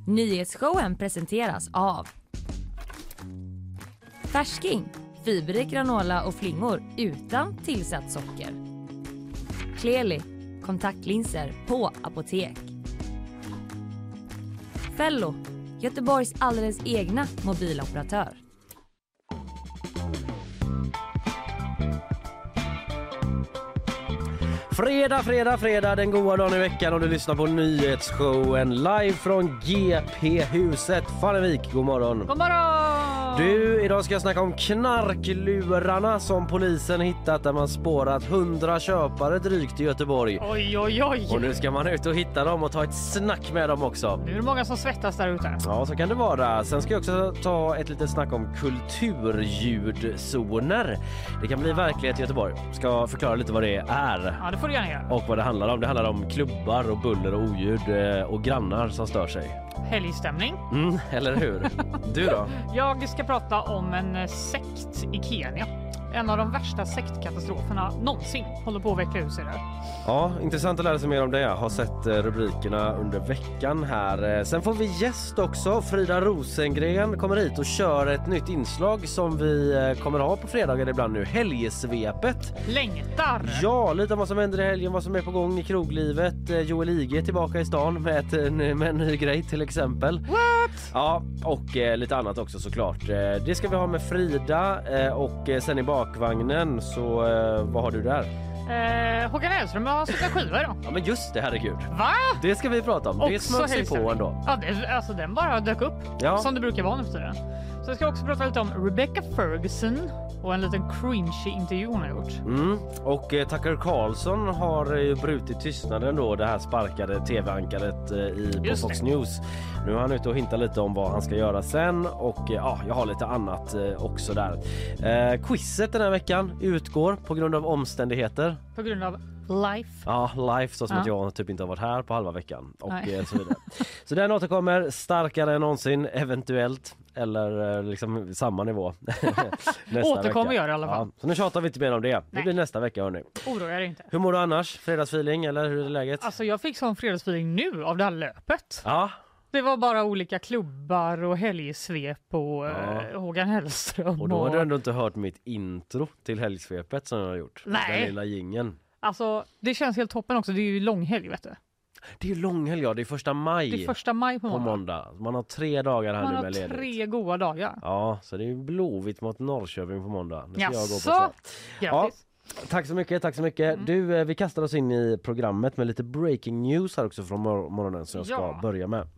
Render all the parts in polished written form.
Nyhetsshowen presenteras av Färsking, fiberrik granola och flingor utan tillsatt socker. Clearly, kontaktlinser på apotek. Fello, Göteborgs alldeles egna mobiloperatör. Fredag, den goda dagen i veckan och du lyssnar på nyhetsshowen live från GP-huset. Fannevik, god morgon. God morgon! Du, idag ska jag snacka om knarklurarna som polisen hittat där man spårat 100 köpare drygt i Göteborg. Oj. Och nu ska man ut och hitta dem och ta ett snack med dem också. Nu är det många som svettas där ute. Ja, så kan det vara. Sen ska jag också ta ett litet snack om kulturljudzoner. Det kan bli verklighet i Göteborg. Ska förklara lite vad det är. Ja, det får du gärna göra. Och vad det handlar om. Det handlar om klubbar och buller och oljud och grannar som stör sig. Helgstämning. Eller hur? Du då? Jag ska prata om en sekt i Kenya. En av de värsta sektkatastroferna någonsin håller på att veckla ut sig där. Ja, intressant att lära sig mer om det. Jag har sett rubrikerna under veckan här. Sen får vi gäst också. Frida Rosengren kommer hit och kör ett nytt inslag som vi kommer ha på fredagar ibland nu. Helgesvepet. Längtar! Ja, lite om vad som händer i helgen, vad som är på gång i kroglivet. Joel Ige tillbaka i stan med en ny grej till exempel. What? Ja, och lite annat också såklart. Det ska vi ha med Frida och sen i bakvagnen så vad har du där? Håkan Hellström har suttit skiva då. Ja men just det, herregud. Va? Det ska vi prata om. Det smög sig på ändå. Ja, den bara dök upp. Ja. Som det brukar vara nu för tiden. Så jag ska också prata lite om Rebecca Ferguson och en liten cringy intervju hon har gjort. Och Tucker Carlson har ju brutit tystnaden då, det här sparkade tv-ankaret på Fox News. Nu är han ute och hintar lite om vad han ska göra sen och ja, jag har lite annat också där. Quizet den här veckan utgår på grund av omständigheter. På grund av life. Ja, life så som att jag typ inte har varit här på halva veckan och så vidare. Så den återkommer starkare än någonsin, eventuellt. Eller liksom samma nivå. Återkommer gör i alla fall. Ja, så nu tjatar vi inte mer om det. Det blir nästa vecka, hörni. Oroa er inte. Hur mår du annars? Fredagsfeeling eller hur är läget? Alltså jag fick sån fredagsfeeling nu av det här löpet. Ja. Det var bara olika klubbar och helgsvep och Håkan Hellström. Och då har du ändå inte hört mitt intro till helgsvepet som jag har gjort. Nej. Den lilla jingeln. Alltså det känns helt toppen också. Det är ju långhelg, vet du. Det är ju långhelg, ja. Det är första maj. Det är första maj på måndag. Man har 3 dagar här nu med ledigt. Man har 3 goda dagar. Ja, så det är blåvitt mot Norrköping på måndag. Det ska jag gå på så. Grattis. Ja, tack så mycket. Du, vi kastar oss in i programmet med lite breaking news här också från morgonen som jag ska börja med.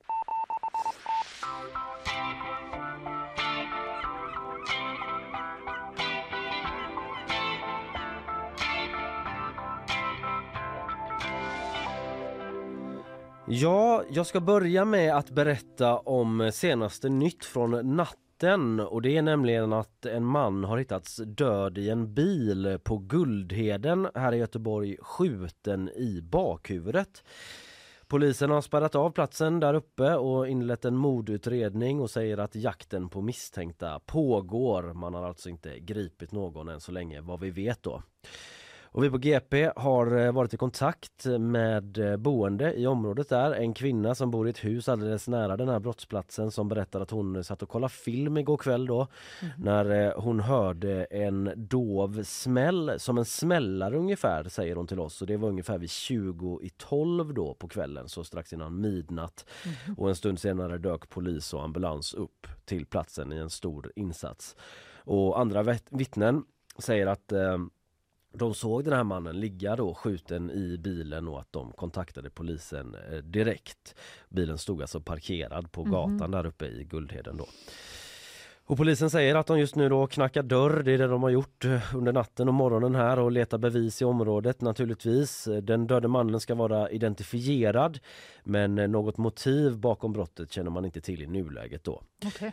Ja, jag ska börja med att berätta om senaste nytt från natten och det är nämligen att en man har hittats död i en bil på Guldheden här i Göteborg, skjuten i bakhuvudet. Polisen har spärrat av platsen där uppe och inlett en mordutredning och säger att jakten på misstänkta pågår. Man har alltså inte gripit någon än så länge, vad vi vet då. Och vi på GP har varit i kontakt med boende i området där. En kvinna som bor i ett hus alldeles nära den här brottsplatsen som berättar att hon satt och kollade film igår kväll då. När hon hörde en dov smäll, som en smällare ungefär, säger hon till oss. Och det var ungefär vid 20:12 då på kvällen, så strax innan midnatt. Och en stund senare dök polis och ambulans upp till platsen i en stor insats. Och andra vittnen säger att de såg den här mannen ligga då skjuten i bilen och att de kontaktade polisen direkt. Bilen stod alltså parkerad på gatan där uppe i Guldheden då. Och polisen säger att de just nu då knackar dörr, det är det de har gjort under natten och morgonen här och letar bevis i området naturligtvis. Den döde mannen ska vara identifierad men något motiv bakom brottet känner man inte till i nuläget då. Okay.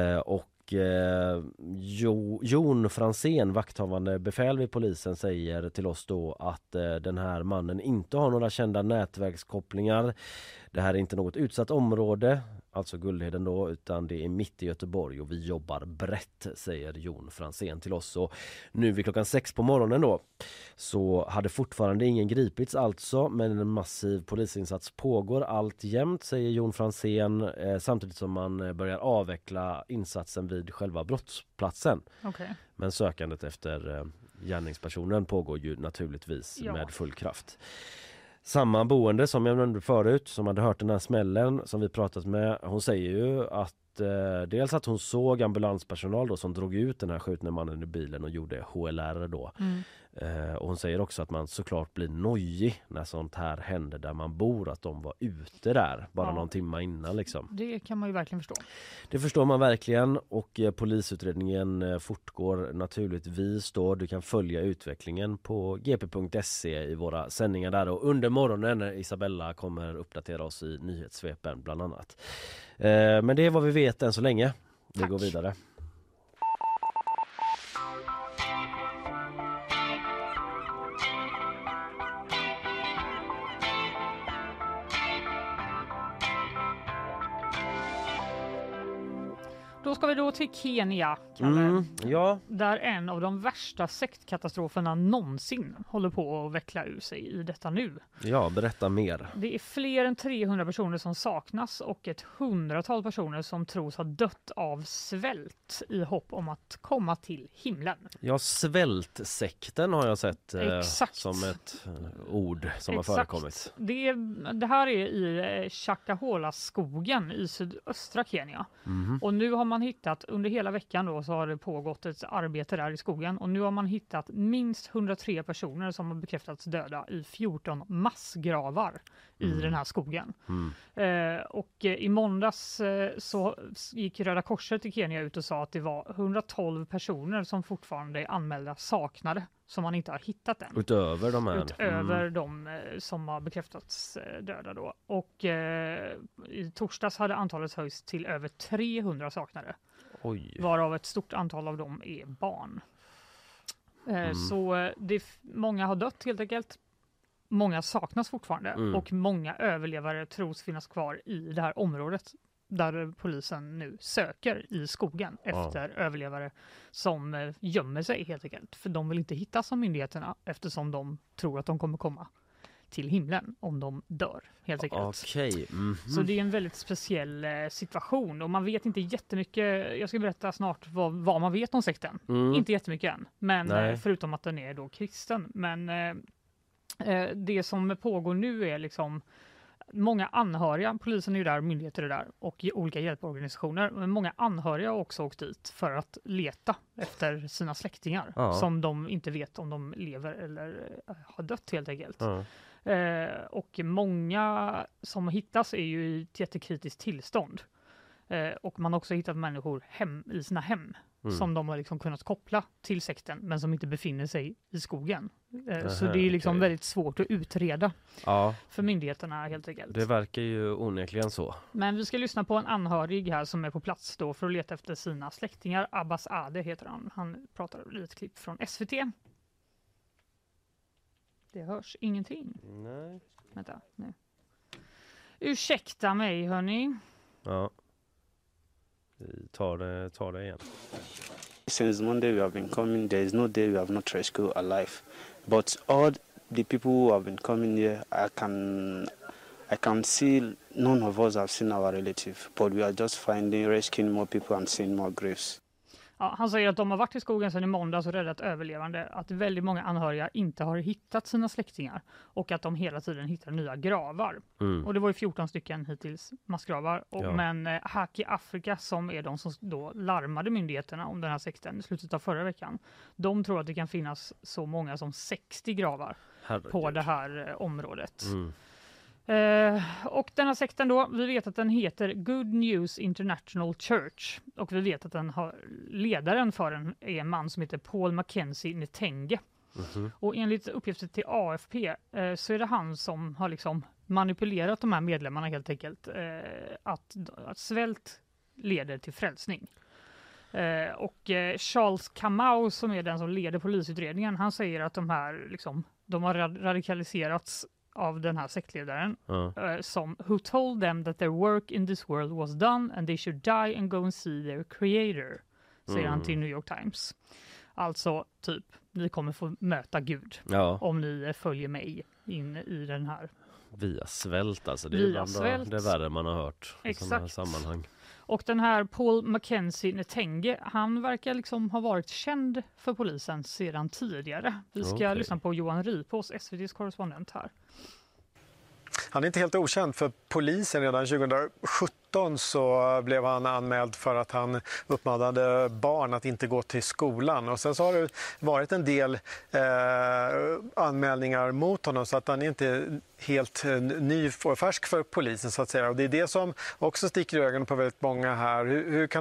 Jon Fransén, vakthavande befäl vid polisen, säger till oss då att den här mannen inte har några kända nätverkskopplingar. Det här är inte något utsatt område, alltså Guldheden då, utan det är mitt i Göteborg och vi jobbar brett, säger Jon Franzén till oss. Och nu vid klockan 6 på morgonen då så hade fortfarande ingen gripits alltså, men en massiv polisinsats pågår alltjämt, säger Jon Franzén, samtidigt som man börjar avveckla insatsen vid själva brottsplatsen. Okay. Men sökandet efter gärningspersonen pågår ju naturligtvis med full kraft. Samma boende som jag nämnde förut, som hade hört den här smällen som vi pratat med, hon säger ju att dels att hon såg ambulanspersonal då som drog ut den här skjutna mannen i bilen och gjorde HLR då. Och hon säger också att man såklart blir nojig när sånt här händer där man bor, att de var ute där bara någon timme innan liksom. Det kan man ju verkligen förstå. Det förstår man verkligen, och polisutredningen fortgår naturligtvis då. Du kan följa utvecklingen på gp.se i våra sändningar där, och under morgonen när Isabella kommer uppdatera oss i nyhetssvepen bland annat. Men det är vad vi vet än så länge. Vi går vidare. Då ska vi då till Kenya, Kalle. Ja. Där en av de värsta sektkatastroferna någonsin håller på att veckla ur sig i detta nu. Ja, berätta mer. Det är fler än 300 personer som saknas och ett 100-tal personer som tros ha dött av svält i hopp om att komma till himlen. Ja, svältsekten har jag sett som ett ord som har förekommit. Det här är i Chakahola-skogen i sydöstra Kenya. Och nu har man hittat, under hela veckan då så har det pågått ett arbete där i skogen, och nu har man hittat minst 103 personer som har bekräftats döda i 14 massgravar i den här skogen. Och i måndags så gick Röda Korset i Kenya ut och sa att det var 112 personer som fortfarande är anmälda saknade, som man inte har hittat än. Utöver de här? Utöver de som har bekräftats döda då. Och i torsdags hade antalet höjts till över 300 saknade. Oj. Varav ett stort antal av dem är barn. Så många har dött helt enkelt. Många saknas fortfarande. Och många överlevare tros finnas kvar i det här området där polisen nu söker i skogen efter överlevare som gömmer sig helt enkelt. För de vill inte hittas av myndigheterna eftersom de tror att de kommer komma till himlen om de dör helt enkelt. Så det är en väldigt speciell situation, och man vet inte jättemycket. Jag ska berätta snart vad man vet om sekten. Inte jättemycket än, men förutom att den är då kristen. Men det som pågår nu är liksom många anhöriga, polisen är ju där, myndigheter är där och olika hjälporganisationer, men många anhöriga har också åkt dit för att leta efter sina släktingar som de inte vet om de lever eller har dött helt enkelt. Och många som hittas är ju i ett jättekritiskt tillstånd. Och man har också hittat människor i sina hem som de har liksom kunnat koppla till sekten, men som inte befinner sig i skogen. Så det är liksom väldigt svårt att utreda för myndigheterna helt enkelt. Det verkar ju onekligen så. Men vi ska lyssna på en anhörig här som är på plats då för att leta efter sina släktingar. Abbas Ade heter han. Han pratar i ett klipp från SVT. Det hörs ingenting. Nej. Vänta, nu. Ursäkta mig, hörni. Ja. Vi tar det igen. Since Monday we have been coming. There is no day we have not rescued alive. But all the people who have been coming here, I can see none of us have seen our relative. But we are just rescuing more people and seeing more graves. Ja, han säger att de har varit i skogen sedan i måndags och räddat överlevande, att väldigt många anhöriga inte har hittat sina släktingar och att de hela tiden hittar nya gravar. Och det var ju 14 stycken hittills massgravar. Men Haki Afrika, som är de som då larmade myndigheterna om den här sekten i slutet av förra veckan, de tror att det kan finnas så många som 60 gravar på det här området. Och den här sekten då, vi vet att den heter Good News International Church, och vi vet att den har ledaren för den är en man som heter Paul Mackenzie Ntenge. Och enligt uppgifter till AFP så är det han som har liksom manipulerat de här medlemmarna helt enkelt, att svält leder till frälsning. Och Charles Kamau, som är den som leder polisutredningen, han säger att de här liksom, de har radikaliserats av den här sektledaren som who told them that their work in this world was done and they should die and go and see their creator, säger han till New York Times. Alltså typ, ni kommer få möta Gud om ni följer mig in i den här. Via svält alltså, det är bland det värre man har hört i sådana här sammanhang. Och den här Paul Mackenzie Ntenge, han verkar liksom ha varit känd för polisen sedan tidigare. Vi ska lyssna på Johan Ripås, SVT:s korrespondent här. Han är inte helt okänd för polisen. Redan 2017 så blev han anmäld för att han uppmanade barn att inte gå till skolan. Och sen så har det varit en del anmälningar mot honom, så att han inte är helt ny och färsk för polisen så att säga. Och det är det som också sticker i ögonen på väldigt många här. Hur kan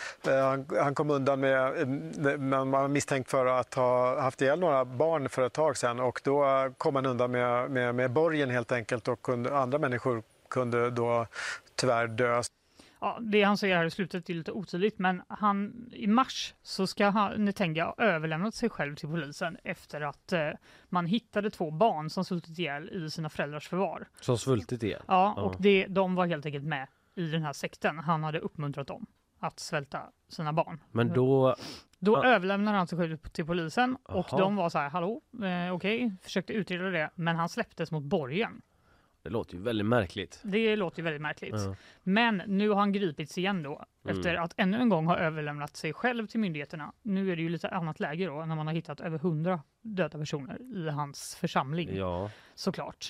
han kom undan med, man var misstänkt för att ha haft ihjäl några barn för ett tag sedan, och då kom han undan med borgen helt enkelt, och andra människor kunde då tyvärr dö. Ja, det han säger här i slutet är lite otydligt, men i mars så ska Ntenge ha överlämnat sig själv till polisen efter att man hittade 2 barn som svultit ihjäl i sina föräldrars förvar. Som svultit ihjäl? Ja, och de var helt enkelt med i den här sekten. Han hade uppmuntrat dem att svälta sina barn. Men då överlämnar han sig själv till polisen och de var så här, hallå, okej, försökte utreda det, men han släpptes mot borgen. Det låter ju väldigt märkligt. Det låter ju väldigt märkligt. Men nu har han gripits igen då. Efter att ännu en gång ha överlämnat sig själv till myndigheterna. Nu är det ju lite annat läge då, när man har hittat över 100 döda personer i hans församling. Ja. Såklart.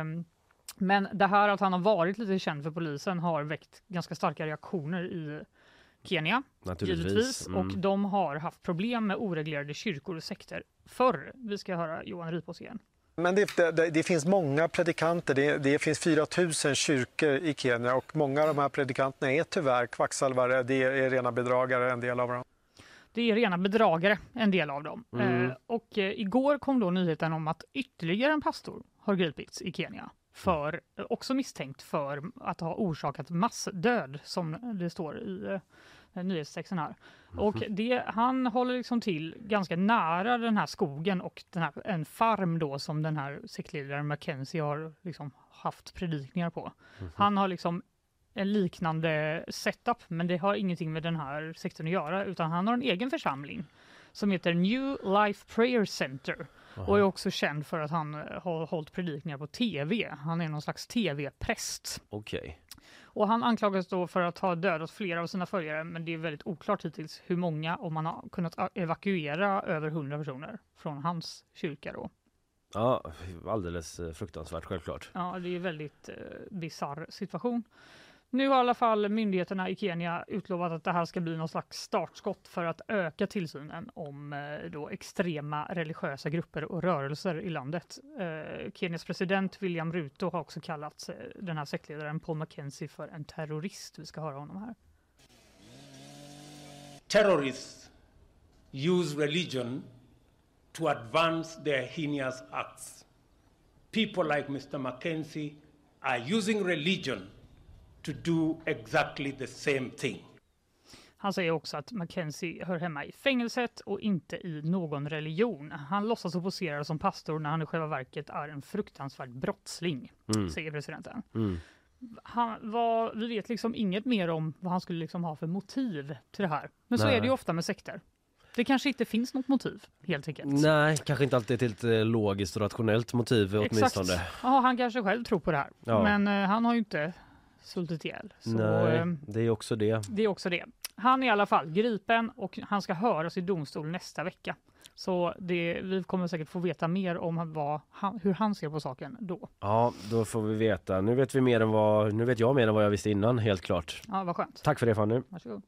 Men det här att han har varit lite känd för polisen har väckt ganska starka reaktioner i Kenya. Givetvis. Och de har haft problem med oreglerade kyrkor och sekter förr. Vi ska höra Johan Ripås igen. Men det finns många predikanter, det finns 4 000 kyrkor i Kenya, och många av de här predikanterna är tyvärr kvacksalvare, det är rena bedragare en del av dem. Det är rena bedragare en del av dem. Och igår kom då nyheten om att ytterligare en pastor har gripits i Kenya. Också misstänkt för att ha orsakat massdöd, som det står i nyhetstexten här. Och han håller liksom till ganska nära den här skogen och en farm då som den här sektledaren Mackenzie har liksom haft predikningar på. Han har liksom en liknande setup, men det har ingenting med den här sekten att göra, utan han har en egen församling som heter New Life Prayer Center. Och är också känd för att han har hållit predikningar på tv. Han är någon slags tv-präst. Okej. Och han anklagas då för att ha dödat flera av sina följare, men det är väldigt oklart hittills hur många, om man har kunnat evakuera över 100 personer från hans kyrka då. Ja, alldeles fruktansvärt självklart. Ja, det är en väldigt bizarr situation. Nu har i alla fall myndigheterna i Kenya utlovat att det här ska bli någon slags startskott för att öka tillsynen om då extrema religiösa grupper och rörelser i landet. Kenias president William Ruto har också kallat den här sektledaren Paul Mackenzie för en terrorist. Vi ska höra honom här. Terrorists use religion to advance their heinous acts. People like Mr. Mackenzie are using religion to do exactly the same thing. Han säger också att Mackenzie hör hemma i fängelset och inte i någon religion. Han låtsas och poserar som pastor när han i själva verket är en fruktansvärd brottsling, säger presidenten. Vi vet liksom inget mer om vad han skulle liksom ha för motiv till det här. Men så är det ju ofta med sekter. Det kanske inte finns något motiv, helt enkelt. Nej, kanske inte alltid ett helt logiskt och rationellt motiv åtminstone. Exakt. Ja, han kanske själv tror på det här. Ja. Men han har ju inte svultit ihjäl. Så, nej, det är också det. Det är också det. Han är i alla fall gripen och han ska höras i domstol nästa vecka. Så vi kommer säkert få veta mer om hur han ser på saken då. Ja, då får vi veta. Nu vet jag mer än vad jag visste innan, helt klart. Ja, vad skönt. Tack för det, Fanny. Varsågod.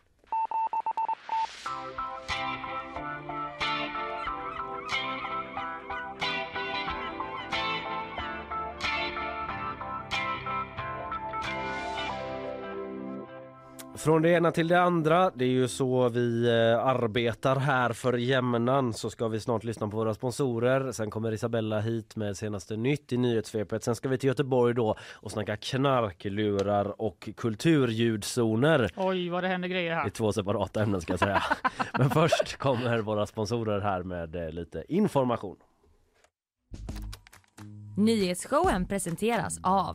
Från det ena till det andra, det är ju så vi arbetar här för jämnan. Så ska vi snart lyssna på våra sponsorer. Sen kommer Isabella hit med senaste nytt i nyhetssvepet. Sen ska vi till Göteborg då och snacka knarklurar och kulturljudzoner. Oj, vad det händer grejer här. Det är 2 separata ämnen ska jag säga. Men först kommer våra sponsorer här med lite information. Nyhetsshowen presenteras av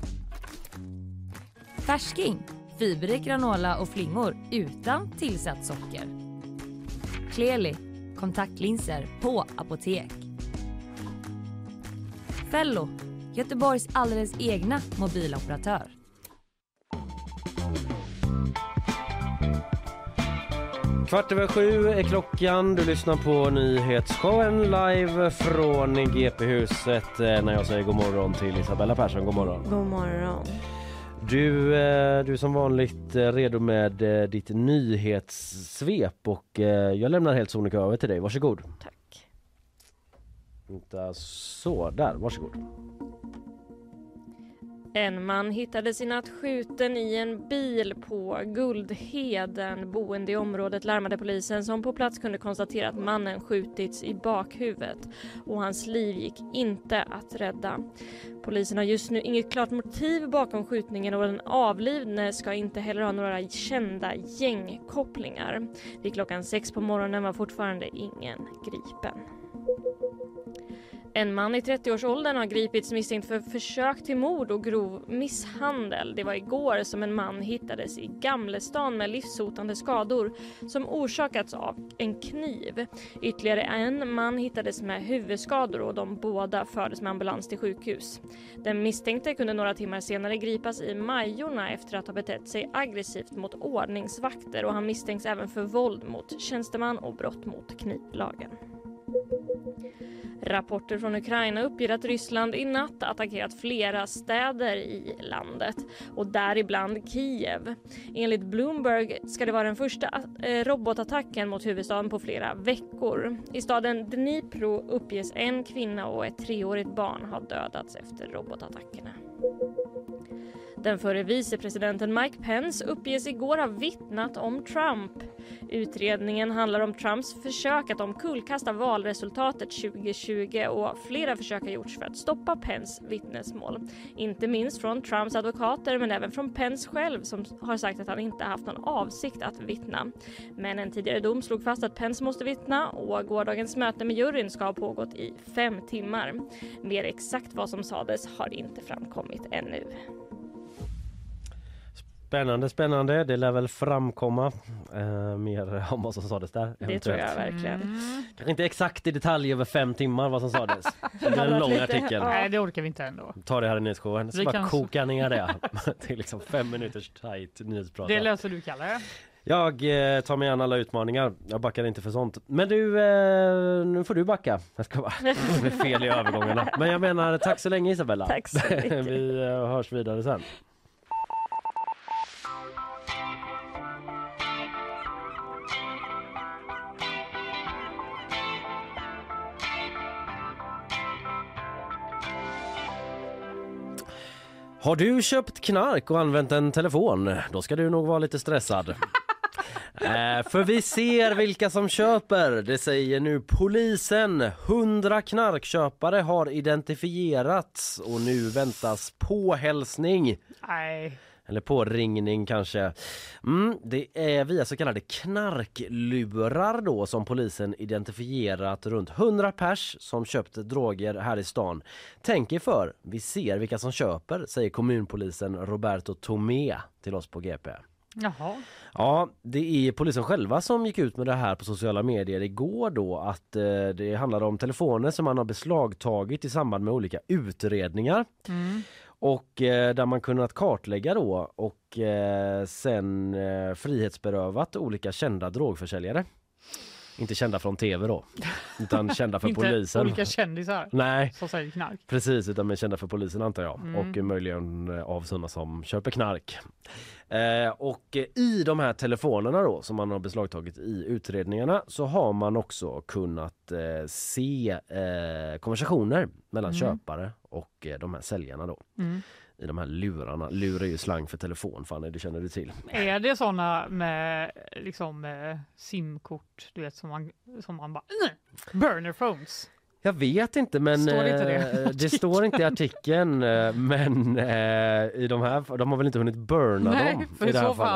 Färsking, fiberrik granola och flingor utan tillsatt socker. Clearly, kontaktlinser på apotek. Fello, Göteborgs alldeles egna mobiloperatör. Kvart över 7 är klockan. Du lyssnar på nyhetsshowen live från GP-huset när jag säger god morgon till Isabella Persson. God morgon. God morgon. Du är som vanligt redo med ditt nyhetssvep och jag lämnar helt sonika över till dig. Varsågod. Tack. Inte så, där, varsågod. En man hittades i natt skjuten i en bil på Guldheden. Boende i området larmade polisen som på plats kunde konstatera att mannen skjutits i bakhuvudet och hans liv gick inte att rädda. Polisen har just nu inget klart motiv bakom skjutningen och den avlidne ska inte heller ha några kända gängkopplingar. Vid klockan 6 på morgonen var fortfarande ingen gripen. En man i 30-årsåldern har gripits misstänkt för försök till mord och grov misshandel. Det var igår som en man hittades i Gamlestan med livshotande skador som orsakats av en kniv. Ytterligare en man hittades med huvudskador och de båda fördes med ambulans till sjukhus. Den misstänkte kunde några timmar senare gripas i Majorna efter att ha betett sig aggressivt mot ordningsvakter och han misstänks även för våld mot tjänsteman och brott mot knivlagen. Rapporter från Ukraina uppger att Ryssland i natt attackerat flera städer i landet och däribland Kiev. Enligt Bloomberg ska det vara den första robotattacken mot huvudstaden på flera veckor. I staden Dnipro uppges en kvinna och ett 3-årigt barn ha dödats efter robotattackerna. Den förre vicepresidenten Mike Pence uppges igår ha vittnat om Trump. Utredningen handlar om Trumps försök att omkullkasta valresultatet 2020 och flera försök har gjorts för att stoppa Pence vittnesmål. Inte minst från Trumps advokater men även från Pence själv som har sagt att han inte haft någon avsikt att vittna. Men en tidigare dom slog fast att Pence måste vittna och gårdagens möte med juryn ska ha pågått i 5 timmar. Mer exakt vad som sades har inte framkommit ännu. Spännande. Det lär väl framkomma mer om vad som sades där. Det eventuellt. Tror jag verkligen. Kanske inte exakt i detalj över 5 timmar vad som sades. Det är en lång artikel. Nej, det orkar vi inte ändå. Ta det här i nyhetsshowen. Så bara koka ner det till liksom 5 minuters tajt nyhetsprat. Det löser du, Kalle. Jag tar mig an alla utmaningar. Jag backar inte för sånt. Men du, nu får du backa. Jag ska bara. Det är fel i övergångarna. Men jag menar, tack så länge Isabella. Tack så mycket. Vi hörs vidare sen. Har du köpt knark och använt en telefon? Då ska du nog vara lite stressad. För vi ser vilka som köper. Det säger nu polisen. 100 knarkköpare har identifierats och nu väntas påhälsning. Nej. Eller påringning kanske. Det är via så kallade knarklurar då som polisen identifierat runt 100 pers som köpt droger här i stan. Tänk er för, vi ser vilka som köper, säger kommunpolisen Roberto Tomé till oss på GP. Jaha. Ja, det är polisen själva som gick ut med det här på sociala medier igår då att det handlar om telefoner som man har beslagtagit i samband med olika utredningar. Och där man kunnat kartlägga då och sen frihetsberövat olika kända drogförsäljare. Inte kända från tv då, utan kända för polisen. Inte olika kändisar. Nej, som säger knark. Precis, utan men kända för polisen antar jag. Och möjligen av sådana som köper knark. Och i de här telefonerna då som man har beslagtagit i utredningarna så har man också kunnat se konversationer mellan köpare och de här säljarna då. I de här lurarna. Lur är ju slang för telefon, Fanny, det känner du till. Är det såna med liksom simkort, du vet, som man bara burner phones? Jag vet inte, men står inte det står inte i artikeln, men i de här, de har väl inte hunnit burna dem för i det här så fall fallet.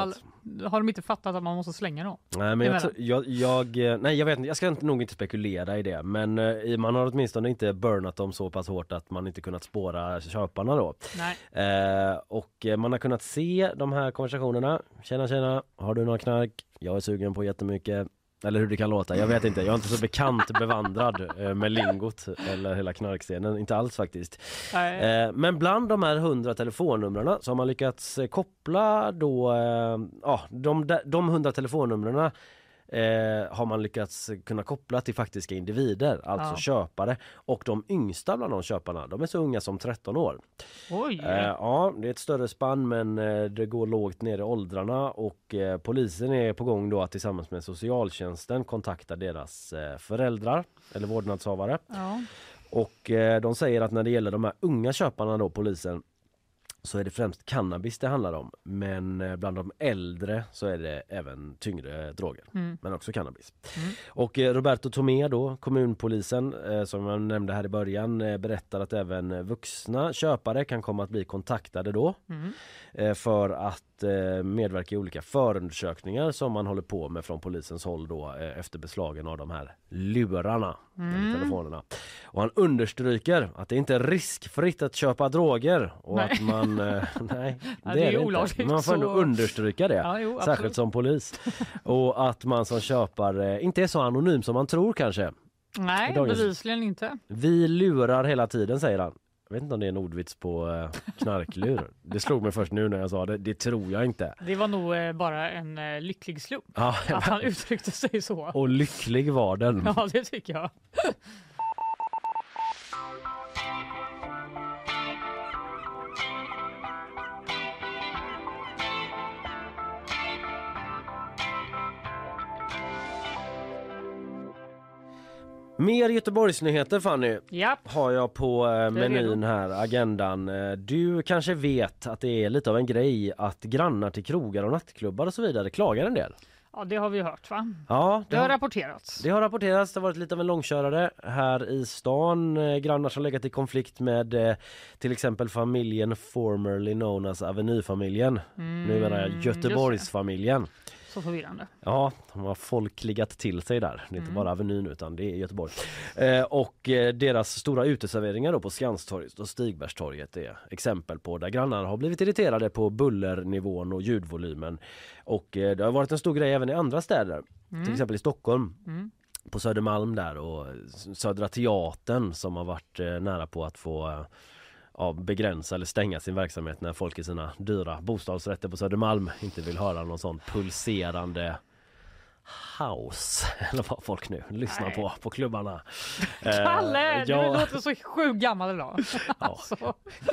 har de inte fattat att man måste slänga dem? Nej, men jag vet inte, jag ska nog inte spekulera i det, men man har åtminstone inte burnat dem så pass hårt att man inte kunnat spåra köparna då. Nej. Och man har kunnat se de här konversationerna. Tjena, har du några knark? Jag är sugen på jättemycket. Eller hur det kan låta, jag vet inte. Jag är inte så bekant bevandrad med lingot eller hela knarkscenen, inte alls faktiskt. Men bland de här 100 telefonnumren så har man lyckats koppla då, de 100 telefonnumren har man lyckats kunna koppla till faktiska individer, alltså köpare. Och de yngsta bland de köparna, de är så unga som 13 år. Oj! Ja, det är ett större spann, men det går lågt ner i åldrarna. Och polisen är på gång då att tillsammans med socialtjänsten kontakta deras föräldrar eller vårdnadshavare. Ja. Och de säger att när det gäller de här unga köparna då, polisen, så är det främst cannabis det handlar om. Men bland de äldre så är det även tyngre droger. Men också cannabis. Och Roberto Tomé då, kommunpolisen, som jag nämnde här i början, berättar att även vuxna köpare kan komma att bli kontaktade då. För att medverka i olika förundersökningar som man håller på med från polisens håll då, efter beslagen av de här lurarna, telefonerna. Och han understryker att det inte är riskfritt att köpa droger och att man nej, det är olagligt. Men man får ändå understryka det, särskilt som polis. Och att man som köpare inte är så anonym som man tror kanske. Nej, bevisligen inte. Vi lurar hela tiden, säger han. Jag vet inte om det är en ordvits på knarklur. Det slog mig först nu när jag sa det. Det tror jag inte. Det var nog bara en lycklig slump att han uttryckte sig så. Och lycklig var den. Ja, det tycker jag. Mer Göteborgsnyheter, Fanny, har jag på menyn här, agendan. Du kanske vet att det är lite av en grej att grannar till krogar och nattklubbar och så vidare klagar en del. Ja, det har vi hört, va? Ja, det har rapporterats. Det har rapporterats, det har varit lite av en långkörare här i stan. Grannar som legat i konflikt med till exempel familjen formerly known as Avenyfamiljen. Nu menar jag Göteborgsfamiljen. Så förvirrande. Ja, de har folkligat till sig där. Det är inte bara Avenyn utan det är Göteborg. Och deras stora uteserveringar då på Skanstorget och Stigbergstorget är exempel på där grannar har blivit irriterade på bullernivån och ljudvolymen. Och det har varit en stor grej även i andra städer. Till exempel i Stockholm. På Södermalm där och Södra Teatern som har varit nära på att få begränsa eller stänga sin verksamhet när folk i sina dyra bostadsrätter på Södermalm inte vill höra någon sån pulserande house eller vad folk nu lyssnar på klubbarna. Kalle, du låter så sjukt gammal idag. Alltså.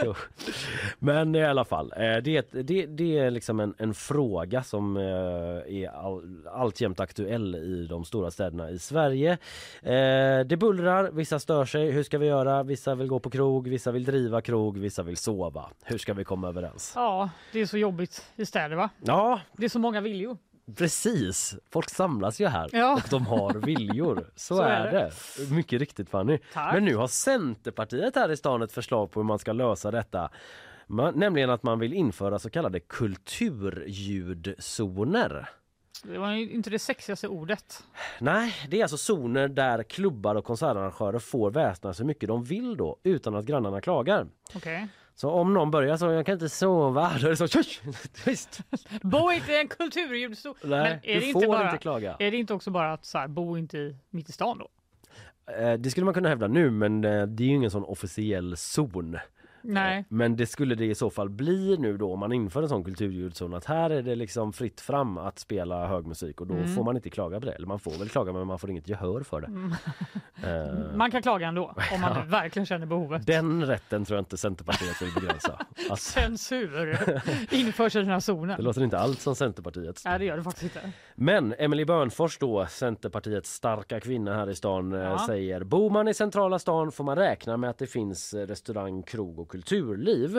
Men i alla fall, det är liksom en fråga som är alltjämt aktuell i de stora städerna i Sverige. Det bullrar, vissa stör sig. Hur ska vi göra? Vissa vill gå på krog, vissa vill driva krog, vissa vill sova. Hur ska vi komma överens? Ja, det är så jobbigt i städer, va? Ja. Det är så många viljor. Precis, folk samlas ju här och de har viljor. Så är det. Mycket riktigt, Fanny. Tack. Men nu har Centerpartiet här i stan ett förslag på hur man ska lösa detta. Nämligen att man vill införa så kallade kulturljudzoner. Det var ju inte det sexigaste ordet. Nej, det är alltså zoner där klubbar och konsertarrangörer får väsna så mycket de vill då utan att grannarna klagar. Okej. Så om någon börjar så, jag kan inte sova, då är det så, visst. Bo inte i en kulturljudszon. Nej, men du får inte klaga. Är det inte också bara att så här, bo inte mitt i stan då? Det skulle man kunna hävda nu, men det är ju ingen sån officiell zon. Nej. Men det skulle det i så fall bli nu då om man inför en sån kulturljudzon, att här är det liksom fritt fram att spela hög musik och då får man inte klaga på det. Eller man får väl klaga, men man får inget gehör för det. Man kan klaga ändå om man verkligen känner behovet. Den rätten tror jag inte Centerpartiet vill begränsa. Censur införs i den här zonen. Det låter inte alls som Centerpartiet. Nej, det gör det faktiskt inte. Men Emily Börnfors då, Centerpartiets starka kvinna här i stan, säger: bor man i centrala stan får man räkna med att det finns restaurang, krog och kulturliv.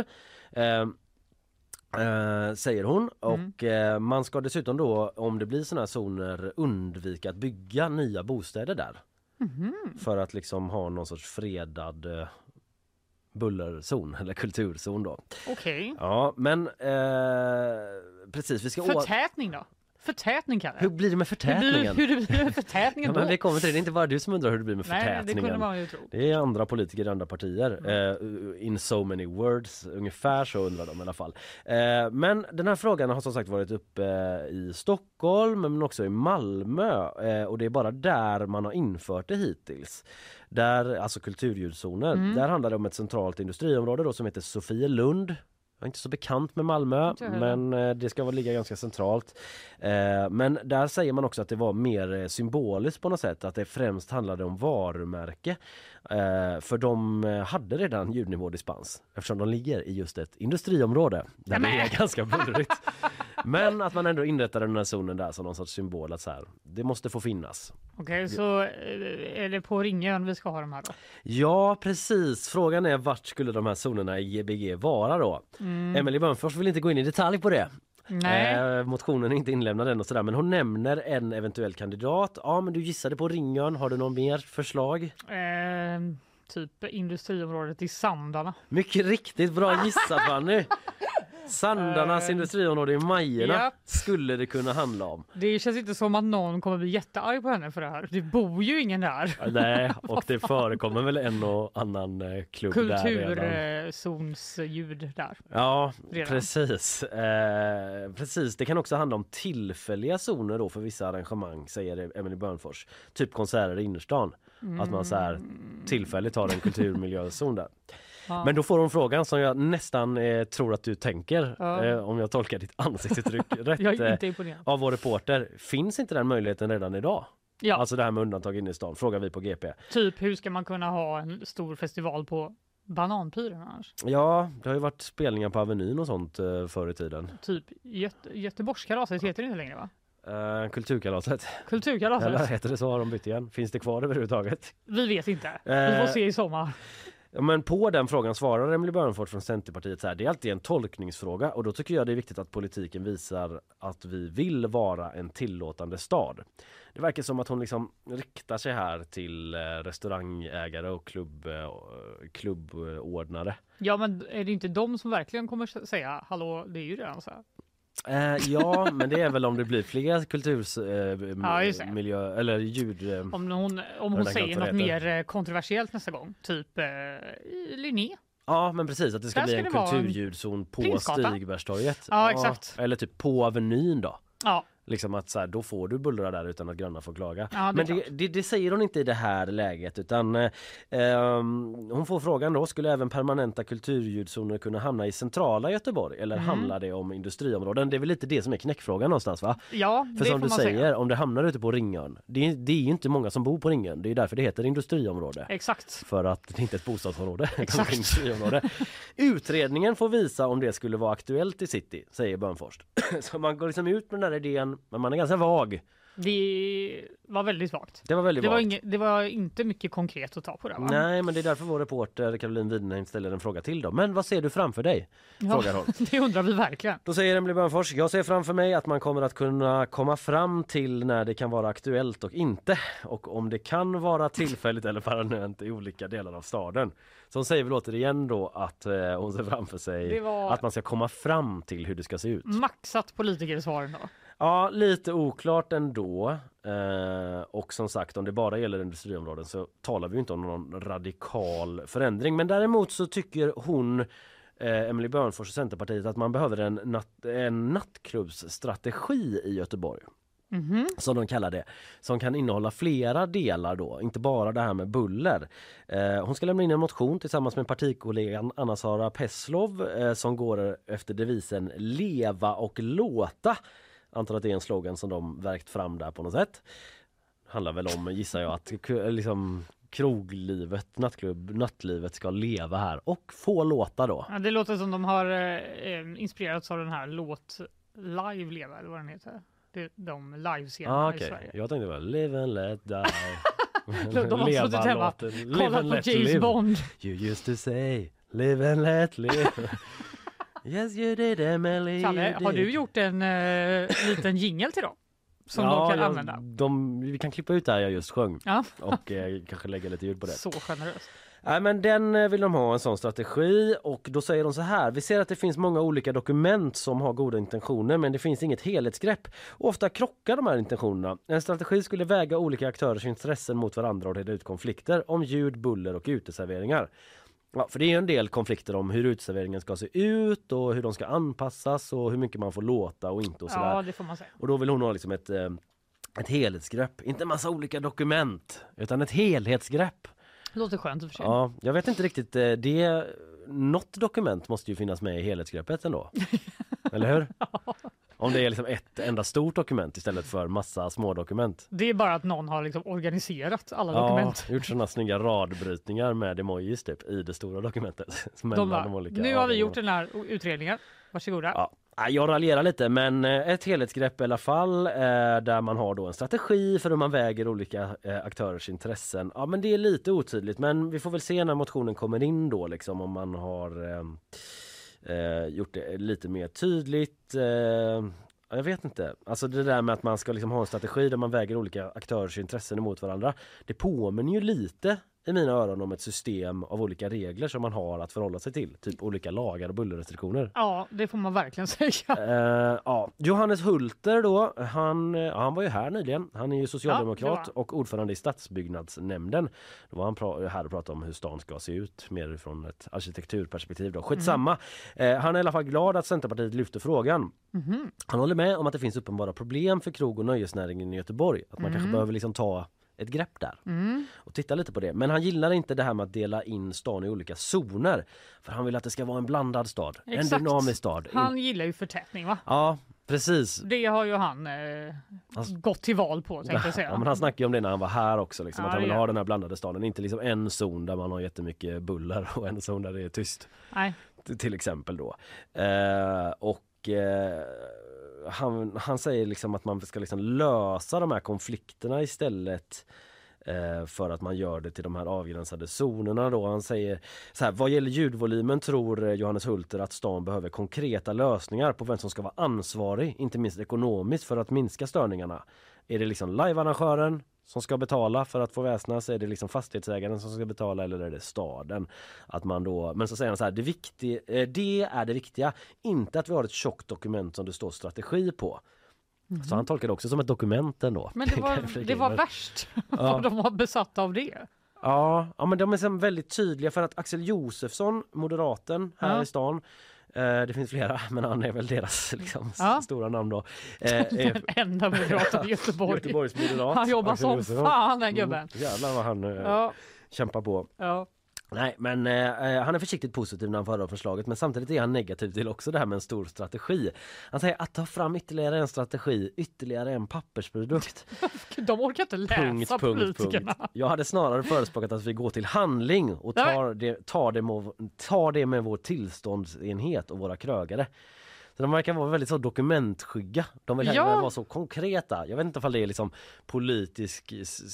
Säger hon. Och man ska dessutom då, om det blir såna här zoner, undvika att bygga nya bostäder där. För att liksom ha någon sorts fredad bullerzon eller kulturzon då. Okej. Ja, men precis, vi ska Förtätning då? Förtätning kan Hur blir det med förtätningen? Hur blir det med förtätningen då? Men vi kommer till det. Det är inte bara du som undrar hur det blir med förtätningen. Nej, det kunde man ju tro. Det är andra politiker i andra partier. In so many words. Ungefär så undrar de i alla fall. Men den här frågan har som sagt varit uppe i Stockholm men också i Malmö. Och det är bara där man har infört det hittills. Där, alltså kulturljudzoner. Där handlar det om ett centralt industriområde då, som heter Sofielund. Jag är inte så bekant med Malmö, men det ska ligga ganska centralt. Men där säger man också att det var mer symboliskt på något sätt. Att det främst handlade om varumärke. För de hade redan ljudnivådispens. Eftersom de ligger i just ett industriområde. Där det är ganska bullrigt. Men att man ändå inrättade den här zonen där som någon sorts symbol. Att så här, det måste få finnas. Okej, så är det på Ringön vi ska ha de här då? Ja, precis. Frågan är vart skulle de här zonerna i GBG vara då? Emelie Bönfors vill inte gå in i detalj på det. Nej. Motionen är inte inlämnad än och sådär, men hon nämner en eventuell kandidat. Ja, men du gissade på Ringön. Har du någon mer förslag? Typ industriområdet i Sandarna. Mycket riktigt bra gissat, Fanny. Sandarnas industriområde i Majerna skulle det kunna handla om. Det känns inte som att någon kommer bli jättearg på henne för det här. Det bor ju ingen där. Nej, och det förekommer väl en och annan klubb där kulturzonsljud där. Ja, redan. Precis. Det kan också handla om tillfälliga zoner då för vissa arrangemang, säger Emelie Bönfors. Typ konserter i innerstan. Att man så här tillfälligt har en kulturmiljözon där. Ja. Men då får hon frågan som jag nästan tror att du tänker, om jag tolkar ditt ansiktsuttryck rätt. Jag är inte imponerad. Av vår reporter. Finns inte den möjligheten redan idag? Ja. Alltså det här med undantag in i stan, frågar vi på GP. Typ hur ska man kunna ha en stor festival på Bananpyren annars? Ja, det har ju varit spelningar på Avenyn och sånt förr i tiden. Typ Göteborgskalaset heter det inte längre va? Kulturkalaset. Eller heter det så, har de bytt igen? Finns det kvar överhuvudtaget? Vi vet inte. Vi får se i sommar. Men på den frågan svarar Emelie Bönfors från Centerpartiet så här: det är alltid en tolkningsfråga och då tycker jag det är viktigt att politiken visar att vi vill vara en tillåtande stad. Det verkar som att hon liksom riktar sig här till restaurangägare och klubbordnare. Ja, men är det inte de som verkligen kommer säga hallå, det är ju redan så här. Ja, men det är väl om det blir fler kulturmiljö eller ljud. Om hon säger något mer kontroversiellt nästa gång, typ Linné. Ja, men precis, att det ska bli en kulturljudzon på Stigbergstorget. Ja, exakt. Eller typ på Avenyn då. Ja. Liksom att så här, då får du bullra där utan att grannar får klaga. Ja, men det säger hon inte i det här läget, utan hon får frågan då: skulle även permanenta kulturljudzoner kunna hamna i centrala Göteborg eller handlar det om industriområden? Det är väl lite det som är knäckfrågan någonstans, va? Ja, för som du säger, om det hamnar ute på Ringön, det är ju inte många som bor på Ringön. Det är därför det heter industriområde. Exakt. För att det inte är ett bostadsområde. Exakt. Industriområde. Utredningen får visa om det skulle vara aktuellt i city, säger Bönfors. Så man går liksom ut med den här idén, men man är ganska vag. Det var väldigt vagt. Det var väldigt vagt. Det var inte mycket konkret att ta på det, va? Nej, men det är därför vår reporter Caroline Widenheim ställer en fråga till dem. Men vad ser du framför dig? Frågar hon. Det undrar vi verkligen. Då säger Emelie Bönfors: jag ser framför mig att man kommer att kunna komma fram till när det kan vara aktuellt och inte. Och om det kan vara tillfälligt eller permanent i olika delar av staden. Så hon säger väl återigen då att hon ser framför sig att man ska komma fram till hur det ska se ut. Maxat politikersvaren då. Ja, lite oklart ändå. Och som sagt, om det bara gäller industriområden så talar vi inte om någon radikal förändring. Men däremot så tycker hon, Emelie Bönfors och Centerpartiet, att man behöver en nattklubbsstrategi i Göteborg. Som de kallar det, som kan innehålla flera delar då, inte bara det här med buller. Hon ska lämna in en motion tillsammans med partikollegan Anna-Sara Pesslov som går efter devisen leva och låta. Antar att det är en slogan som de verkt fram där på något sätt. Handlar väl om, gissar jag, att liksom kroglivet, nattlivet ska leva här och få låta då. Ja, det låter som de har inspirerats av den här låt Live Leva, eller vad den heter. De live-scenerna i Sverige. Jag tänkte bara live and let die. De har suttit hemma, kollat på James Bond. You used to say live and let live. Yes you did, Emily. Kalle, har du gjort en liten jingle till dem? Som de kan använda? Vi kan klippa ut där jag just sjöng. Ja. Och kanske lägga lite ljud på det. Så generöst. Nej, men den vill de ha en sån strategi och då säger de så här: vi ser att det finns många olika dokument som har goda intentioner men det finns inget helhetsgrepp. Och ofta krockar de här intentionerna. En strategi skulle väga olika aktörers intressen mot varandra och reda ut konflikter om ljud, buller och uteserveringar. Ja, för det är en del konflikter om hur uteserveringen ska se ut och hur de ska anpassas och hur mycket man får låta och inte och sådär. Ja, det får man säga. Och då vill hon ha liksom ett helhetsgrepp, inte en massa olika dokument utan ett helhetsgrepp. Låter skönt i och för sig. Ja, jag vet inte riktigt, något dokument måste ju finnas med i helhetsgreppet ändå. Eller hur? Om det är liksom ett enda stort dokument istället för massa små dokument. Det är bara att någon har liksom organiserat alla dokument. Gjort sådana snygga radbrytningar med emojis typ i det stora dokumentet. Nu har vi gjort den här utredningen. Varsågoda. Ja. Jag raljerar lite, men ett helhetsgrepp i alla fall där man har då en strategi för hur man väger olika aktörers intressen. Ja, men det är lite otydligt, men vi får väl se när motionen kommer in då liksom, om man har gjort det lite mer tydligt. Jag vet inte. Alltså det där med att man ska liksom ha en strategi där man väger olika aktörers intressen emot varandra. Det påminner ju lite i mina öron om ett system av olika regler som man har att förhålla sig till. Typ olika lagar och bullerrestriktioner. Ja, det får man verkligen säga. Johannes Hulter då, han var ju här nyligen. Han är ju socialdemokrat och ordförande i stadsbyggnadsnämnden. Då var han här och pratade om hur stan ska se ut, mer från ett arkitekturperspektiv då. Skitsamma. Han är i alla fall glad att Centerpartiet lyfter frågan. Han håller med om att det finns uppenbara problem för krog- och nöjesnäringen i Göteborg. Att man kanske behöver liksom ta ett grepp där och titta lite på det. Men han gillar inte det här med att dela in stan i olika zoner. För han vill att det ska vara en blandad stad. Exakt. En dynamisk stad. Han gillar ju förtätning, va? Ja, precis. Det har ju han gått till val på, tänkte jag säga. Ja, men han snackade ju om det när han var här också. Liksom, att han vill ha den här blandade staden. Inte liksom en zon där man har jättemycket buller och en zon där det är tyst. Nej. Till exempel då. Han säger liksom att man ska liksom lösa de här konflikterna istället för att man gör det till de här avgränsade zonerna då. Han säger så här: vad gäller ljudvolymen tror Johannes Hulter att stan behöver konkreta lösningar på vem som ska vara ansvarig, inte minst ekonomiskt, för att minska störningarna. Är det liksom livearrangören som ska betala för att få väsnas? Är det liksom fastighetsägaren som ska betala, eller är det staden? Att man då, men så säger han så här: det är det viktiga, inte att vi har ett tjockt dokument som det står strategi på. Så han tolkar det också som ett dokument ändå. Men det var värst vad de var besatta av det. Ja, men de är liksom väldigt tydliga, för att Axel Josefsson, moderaten här i stan, det finns flera, men han är väl deras liksom, stora namn då. Den enda moderaten i Göteborg. Göteborgs moderat. Han jobbar som fan, den gubben. Jävlar vad han kämpar på. Ja. Nej, men han är försiktigt positiv när han föredrar förslaget, men samtidigt är han negativ till också det här med en stor strategi. Han säger att ta fram ytterligare en strategi, ytterligare en pappersprodukt. De orkar inte läsa politikerna. Jag hade snarare förespråkat att vi går till handling och tar det med vår tillståndsenhet och våra krögare. Så de verkar vara väldigt så dokumentskygga. De vill hellre vara så konkreta. Jag vet inte om det är liksom politisk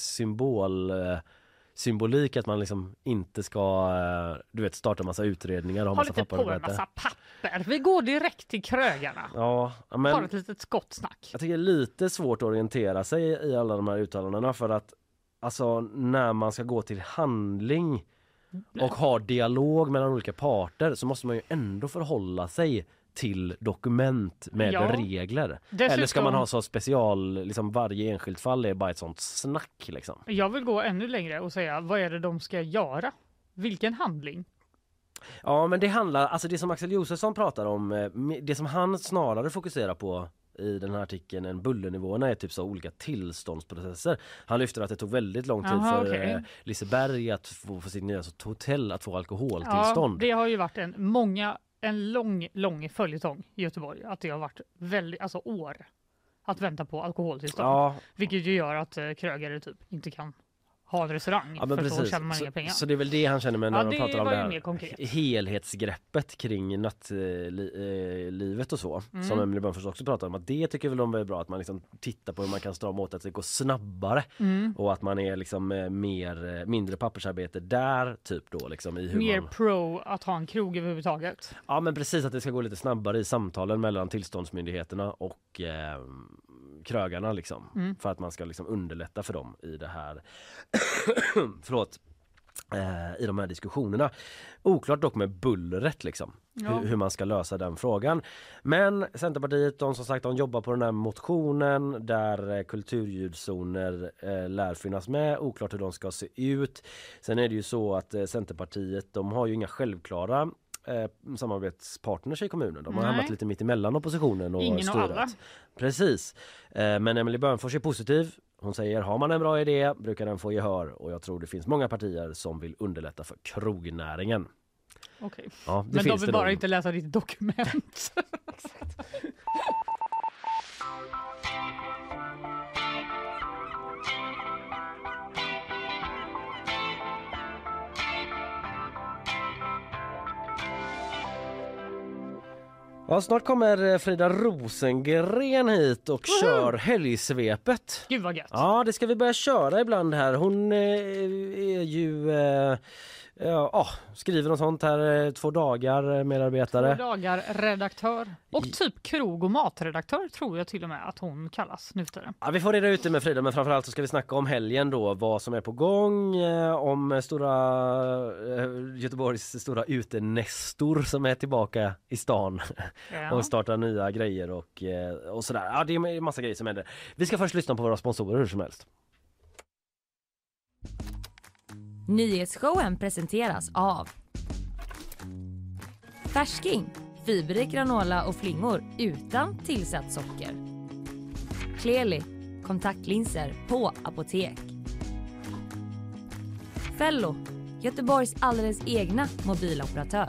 symbolik att man liksom inte ska starta en massa utredningar och ha lite på en massa papper. Vi går direkt till krögarna. Ja, men bara ett litet skottsnack. Jag tycker det är lite svårt att orientera sig i alla de här uttalandena, för att alltså när man ska gå till handling och ha dialog mellan olika parter så måste man ju ändå förhålla sig till dokument med regler. Dessutom, eller ska man ha så special, liksom varje enskilt fall är bara ett sånt snack liksom. Jag vill gå ännu längre och säga, vad är det de ska göra? Vilken handling? Ja, men det handlar, alltså det som Axel Josefsson pratar om, det som han snarare fokuserar på i den här artikeln än bullernivåerna är typ så olika tillståndsprocesser. Han lyfter att det tog väldigt lång tid för Liseberg att få sitt nya hotell att få alkoholtillstånd. Ja, det har ju varit en lång följetong i Göteborg, att det har varit väldigt, år att vänta på alkoholtillstånd. Vilket ju gör att krögare typ inte kan ha en restaurang, för så tjänar man inga pengar. Så det är väl det han känner med när de pratar om det här helhetsgreppet kring nattlivet och så. Som Emily Bönfors också pratar om, att det tycker väl de är bra, att man liksom tittar på hur man kan strama åt att det går snabbare och att man är liksom mindre pappersarbete där typ då liksom i hur mer pro att ha en krog överhuvudtaget. Ja, men precis, att det ska gå lite snabbare i samtalen mellan tillståndsmyndigheterna och krögarna liksom, för att man ska liksom underlätta för dem i det här i de här diskussionerna. Oklart dock med bullret liksom. Hur man ska lösa den frågan. Men Centerpartiet, de som sagt, de jobbar på den här motionen där kulturljudzoner lär finnas med. Oklart hur de ska se ut. Sen är det ju så att Centerpartiet, de har ju inga självklara samarbetspartners i kommunen. De har hamnat lite mitt emellan oppositionen och ingen styret. och alla. Precis. Men Emelie Börnfors är positiv. Hon säger, har man en bra idé brukar den få gehör, och jag tror det finns många partier som vill underlätta för krognäringen. Okej. Ja, Men de vill bara inte läsa ditt dokument. Ja, snart kommer Frida Rosengren hit och kör helgsvepet. Gud vad gött. Ja, det ska vi börja köra ibland här. Hon är ju skriver något sånt här, 2 dagar medarbetare. 2 dagar redaktör. Och typ krog- och matredaktör tror jag till och med att hon kallas nu för tiden. Ja, vi får reda ut det med Frida, men framförallt så ska vi snacka om helgen då, vad som är på gång, om Göteborgs stora utenestor som är tillbaka i stan och startar nya grejer och sådär. Ja, det är en massa grejer som händer. Vi ska först lyssna på våra sponsorer hur som helst. Nyhetsshowen presenteras av Färsking, fiberrik granola och flingor utan tillsatt socker. Clearly, kontaktlinser på apotek. Fello, Göteborgs alldeles egna mobiloperatör.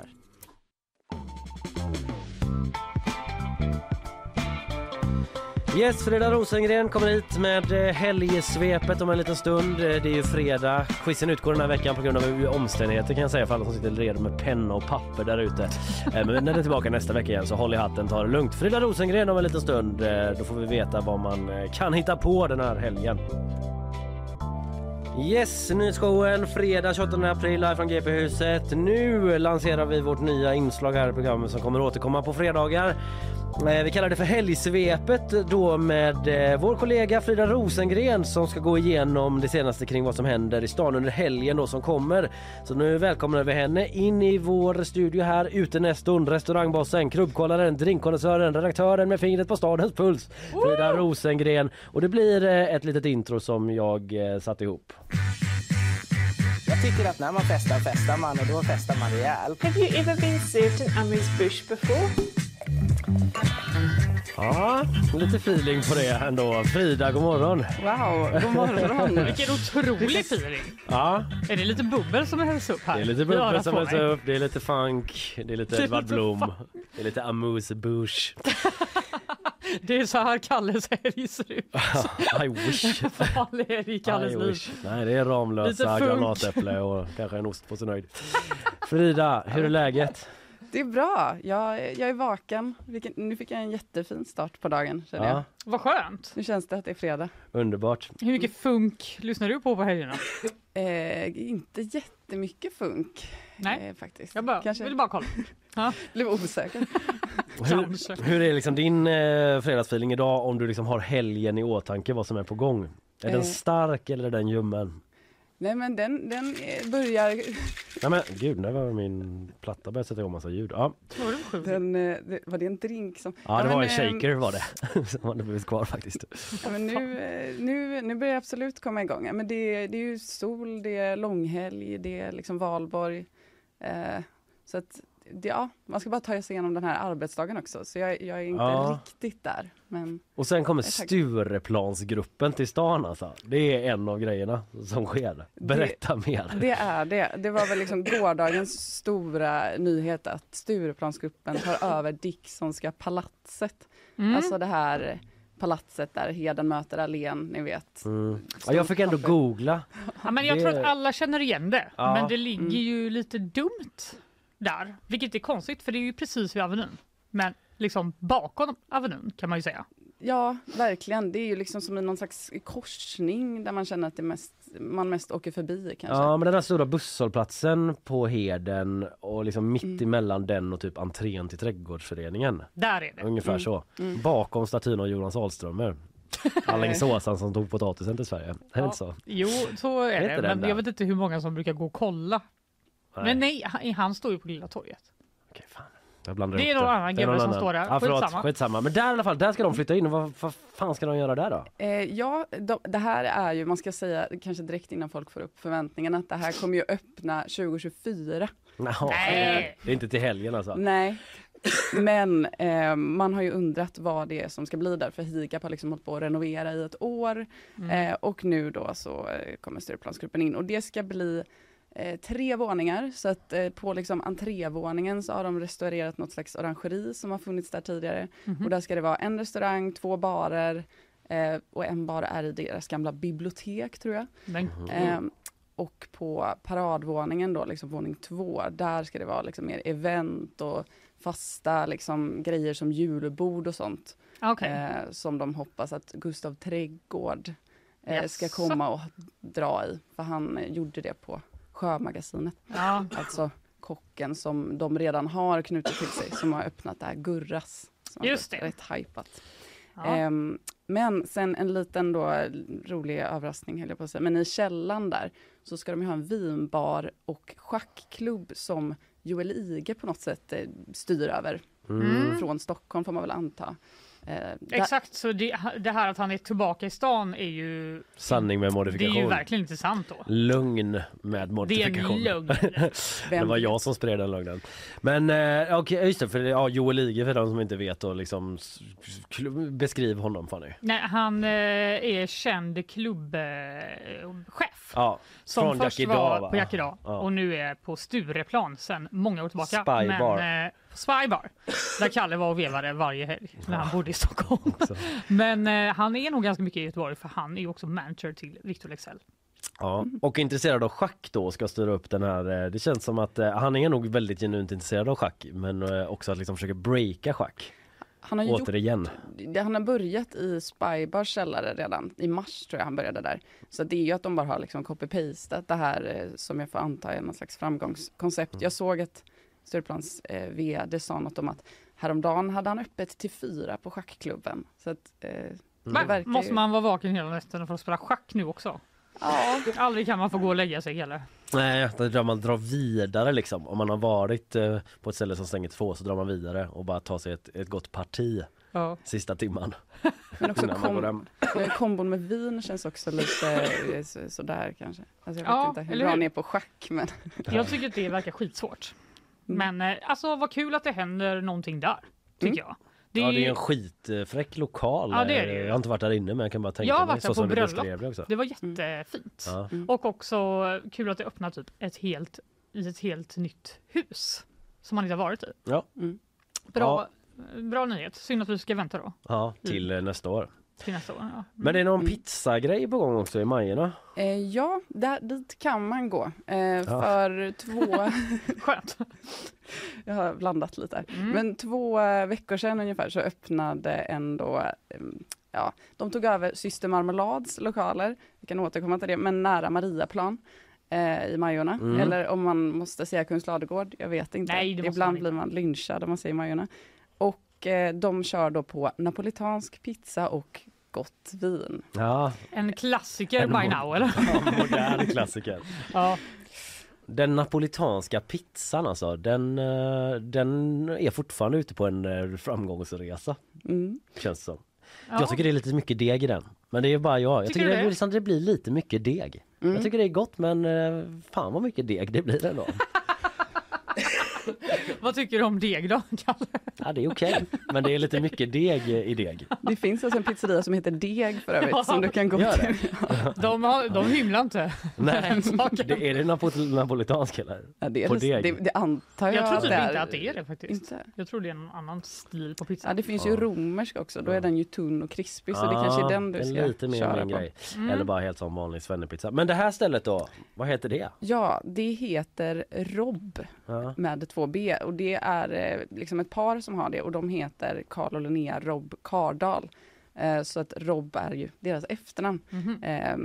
Yes, Frida Rosengren kommer hit med helgsvepet om en liten stund. Det är ju fredag. Quizen utgår den här veckan på grund av omständigheter, kan jag säga, för alla som sitter redo med penna och papper där ute. Men när det är tillbaka nästa vecka igen, så håll i hatten, ta det lugnt. Frida Rosengren om en liten stund. Då får vi veta vad man kan hitta på den här helgen. Yes, nyhetsshowen fredag 28 april live från GP-huset. Nu lanserar vi vårt nya inslag här i programmet som kommer återkomma på fredagar. Vi kallar det för helgsvepet då med vår kollega Frida Rosengren som ska gå igenom det senaste kring vad som händer i stan under helgen då som kommer. Så nu välkomnar vi henne in i vår studio här, utenestorn, restaurangbossen, krubbkollaren, drinkkonnässören, redaktören med fingret på stadens puls, Frida Rosengren. Och det blir ett litet intro som jag satt ihop. Jag tycker att när man festar man, och då festar man rejält. Have you ever been served an Amrise Bush before? Ja, lite feeling på det ändå. Frida, god morgon. Wow, god morgon. Vilken otrolig feeling. Ja. Är det lite bubbel som hälls upp här? Det är lite bubbel som hälls upp, det är lite funk, det är lite Edvard Blom, det är lite Amuse Bush. Det är så här Kalles helg ser ut. I wish. Vad är det i Kalles liv? Nej, det är Ramlösa, granatäpple och kanske en ost på sin höjd. Frida, hur är läget? Det är bra. Jag är vaken. Nu fick jag en jättefin start på dagen, känner jag. Vad skönt. Nu känns det att det är fredag. Underbart. Hur mycket funk lyssnar du på helgerna? Inte jättemycket funk. Nej, faktiskt. Jag vill bara kolla. Blev osäker. Hur är liksom din fredagsfeeling idag om du liksom har helgen i åtanke, vad som är på gång? Är den stark eller är den ljummen? Nej, men den börjar... Nej men gud, det var min platta började sätta igång massa ljud. Ja. Var det en drink som... Ja, det var en shaker var det. Som hade blivit kvar faktiskt. Ja, men nu börjar jag absolut komma igång. Men det är ju sol, det är långhelg, det är liksom valborg. Så att man ska bara ta sig igenom den här arbetsdagen också. Så jag är inte riktigt där. Men och sen kommer Stureplansgruppen till stan alltså. Det är en av grejerna som sker. Berätta mer. Det är det. Det var väl liksom gårdagens stora nyhet att Stureplansgruppen tar över Dicksonska palatset. Alltså det här palatset där Heden möter Allén, ni vet. Ja, jag fick ändå googla. Ja, men jag tror att alla känner igen det. Ja. Men det ligger ju lite dumt där, vilket är konstigt för det är ju precis vid Avenyn. Men liksom bakom Avenyn kan man ju säga. Ja, verkligen. Det är ju liksom som i någon slags korsning där man känner att man mest åker förbi kanske. Ja, men den här stora busshållplatsen på Heden och liksom mitt emellan den och typ entrén till trädgårdsföreningen. Där är det. Ungefär så. Bakom statyn av Jonas Ahlströmer. Alingsåsan som tog potatisen till Sverige. Är det inte så? Jo, så är Heter det. den Men där? jag vet inte hur många som brukar gå och kolla. Nej. Men nej, han står ju på Lilla torget. Okej, fan. Jag blandar Det är ihop någon annan Det är gubbe någon som annan. står där. Ja, förlåt, Skitsamma. skitsamma. Men där i alla fall, där ska de flytta in. Vad fan ska de göra där då? Det här är ju, man ska säga kanske direkt innan folk får upp förväntningarna, att det här kommer ju öppna 2024. Nej. Det är inte till helgen alltså. Nej, men man har ju undrat vad det är som ska bli där, för Higab har liksom hållit på att renovera i ett år och nu då så kommer Stureplansgruppen in och det ska bli 3 våningar, så att på liksom entrévåningen så har de restaurerat något slags orangeri som har funnits där tidigare och där ska det vara en restaurang, 2 barer och en bar är i deras gamla bibliotek tror jag. Och på paradvåningen då, liksom våning 2, där ska det vara liksom mer event och fasta liksom grejer som julbord och sånt. Som de hoppas att Gustav Trädgård ska komma och dra i, för han gjorde det på Sjömagasinet. Ja. Alltså kocken som de redan har knutit till sig, som har öppnat det här Gurras. Just det. Rätt hypat. Ja. Men sen en liten då rolig överraskning höll jag på att säga. Men i källan där så ska de ju ha en vinbar och schackklubb som Joel Ige på något sätt styr över. Från Stockholm får man väl anta. Exakt, så det här att han är tillbaka i stan är ju... Sanning med modifikation. Det är ju verkligen inte sant då. Lögn med modifikation. Det är en lögn. Det var jag som spred den lögnen. Men okej, just det, för Joel Ige för de som inte vet och liksom beskriv honom Fanny. Nej, han är känd klubbchef. Ja, som från först Jack var idag, på Jack idag och nu är på Stureplan sedan många år tillbaka. Spybar. Spybar. Där Kalle var och vevade varje helg när han bodde i Stockholm. Men han är nog ganska mycket i Göteborg, för han är ju också manager till Victor Leksell. Ja, och intresserad av schack då, ska styra upp den här. Det känns som att han är nog väldigt genuint intresserad av schack, men också att liksom försöka breaka schack. Han har återigen. Han har börjat i Spybars källare redan. I mars tror jag han började där. Så det är ju att de bara har liksom copy-pastat det här som jag får anta är någon slags framgångskoncept. Jag såg att Stureplans vd sa något om att häromdagen hade han öppet till 4 på schackklubben. Så att, måste man vara vaken hela nätterna för att spela schack nu också? Ja. Aldrig kan man få gå och lägga sig heller. Nej, då man drar vidare liksom. Om man har varit på ett ställe som stänger 2 så drar man vidare och bara tar sig ett gott parti sista timman. Men också kombon med vin känns också lite sådär kanske. Alltså jag vet inte hur bra han är på schack. Men... Jag tycker att det verkar skitsvårt. Men alltså vad kul att det händer någonting där, tycker jag. Det är en skitfräck lokal. Ja, det är det. Jag har inte varit där inne, men jag kan bara tänka mig så som du beskrev det också. Det var jättefint. Och också kul att det öppnar typ ett helt nytt hus som man inte har varit i. Ja. Bra nyhet. Synd att vi ska vänta då. Ja, till nästa år. Till nästa år, ja. Men det är någon pizzagrej på gång också i Majorna. Ja, dit kan man gå. För 2... Skönt. Jag har blandat lite här. Men 2 veckor sedan ungefär så öppnade ändå... de tog över Syster Marmelads lokaler. Vi kan återkomma till det, men nära Mariaplan i Majorna. Eller om man måste säga Kungsladegård, jag vet inte. Nej, ibland blir man lynchad om man säger Majorna. Och de kör då på napolitansk pizza och gott vin. Ja. En klassiker by now, eller? Ja, modern klassiker. Ja. Den napolitanska pizzan alltså, den är fortfarande ute på en framgångsresa. Känns det som. Ja. Jag tycker det är lite mycket deg i den. Men det är bara jag. Jag tycker det blir lite mycket deg. Jag tycker det är gott, men fan vad mycket deg det blir ändå. Vad tycker du om deg då, Kalle? Ja, det är okej. Men det är lite mycket deg i deg. Det finns alltså en pizzeria som heter Deg för övrigt som du kan gå till. De hymlar inte. Nej, är det napolitansk eller? Ja, det antar jag. Jag tror typ inte att det är det faktiskt. Inte. Jag tror det är någon annan stil på pizza. Ja, det finns ju romersk också. Då är den ju tunn och krispig, så det kanske är den du ska lite mer köra min på. Grej. Eller bara helt som vanlig svennepizza. Men det här stället då, vad heter det? Ja, det heter Robb med 2B. Och det är liksom ett par som har det, och de heter Carl och Linnea Robb Kardal. Så att Robb är ju deras efternamn.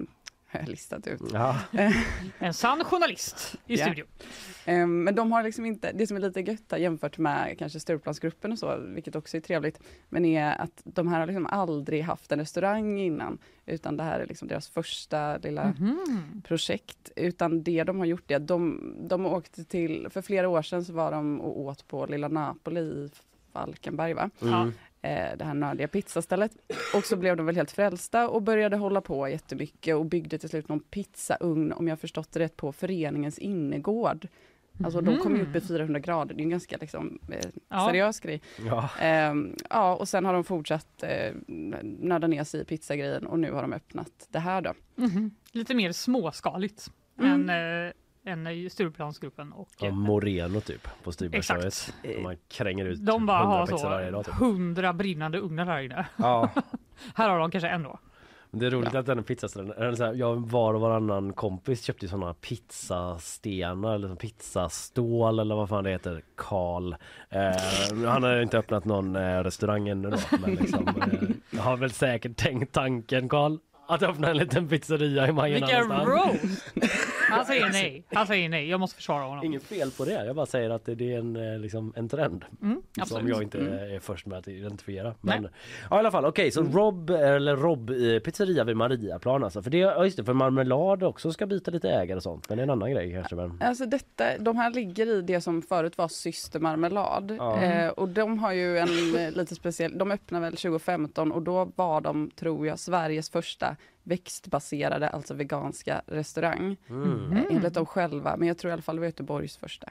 har jag listat ut. Ja. En sann journalist i studion. Men de har liksom inte, det som är lite gött jämfört med kanske Stureplansgruppen och så, vilket också är trevligt, men är att de här har liksom aldrig haft en restaurang innan, utan det här är liksom deras första lilla projekt. Utan det de har gjort är att de åkte till, för flera år sedan så var de och åt på Lilla Napoli i Falkenberg, va? Det här nördiga pizzastället. Och så blev de väl helt frälsta och började hålla på jättemycket och byggde till slut någon pizzaugn, om jag förstått det rätt, på föreningens innergård. Alltså de kom ju upp i 400 grader, det är en ganska liksom, seriös grej. Och sen har de fortsatt nörda ner sig i pizzagrejen och nu har de öppnat det här då. Lite mer småskaligt än Stureplansgruppen och Moreno typ på Styrbergstorget. Man kränger ut de bara 100 har pizzor varje dag, så typ. 100 brinnande ugnar här inne. Ja. Här har de kanske ändå. Det är roligt att den pizzaställen, jag var och varannan kompis köpte sådana pizzastenar eller pizzastål eller vad fan det heter, Karl. Han har inte öppnat någon restaurang ännu då, men liksom, har väl säkert tänkt tanken, Karl, att öppna en liten pizzeria i Majen. Vilken roast! Han säger nej. Jag måste försvara honom. Inget fel på det. Jag bara säger att det är en trend som jag inte är först med att identifiera. Men ja, i alla fall, okej, så Rob i pizzeria vid Mariaplan alltså. För det just det, för Marmelad också ska byta lite ägare och sånt. Men det är en annan grej kanske. Men... Alltså de här ligger i det som förut var Syster Marmelad. Och de har ju en lite speciell, de öppnade väl 2015 och då var de, tror jag, Sveriges första växtbaserade, alltså veganska restaurang. Enligt dem själva, men jag tror i alla fall det var Göteborgs första.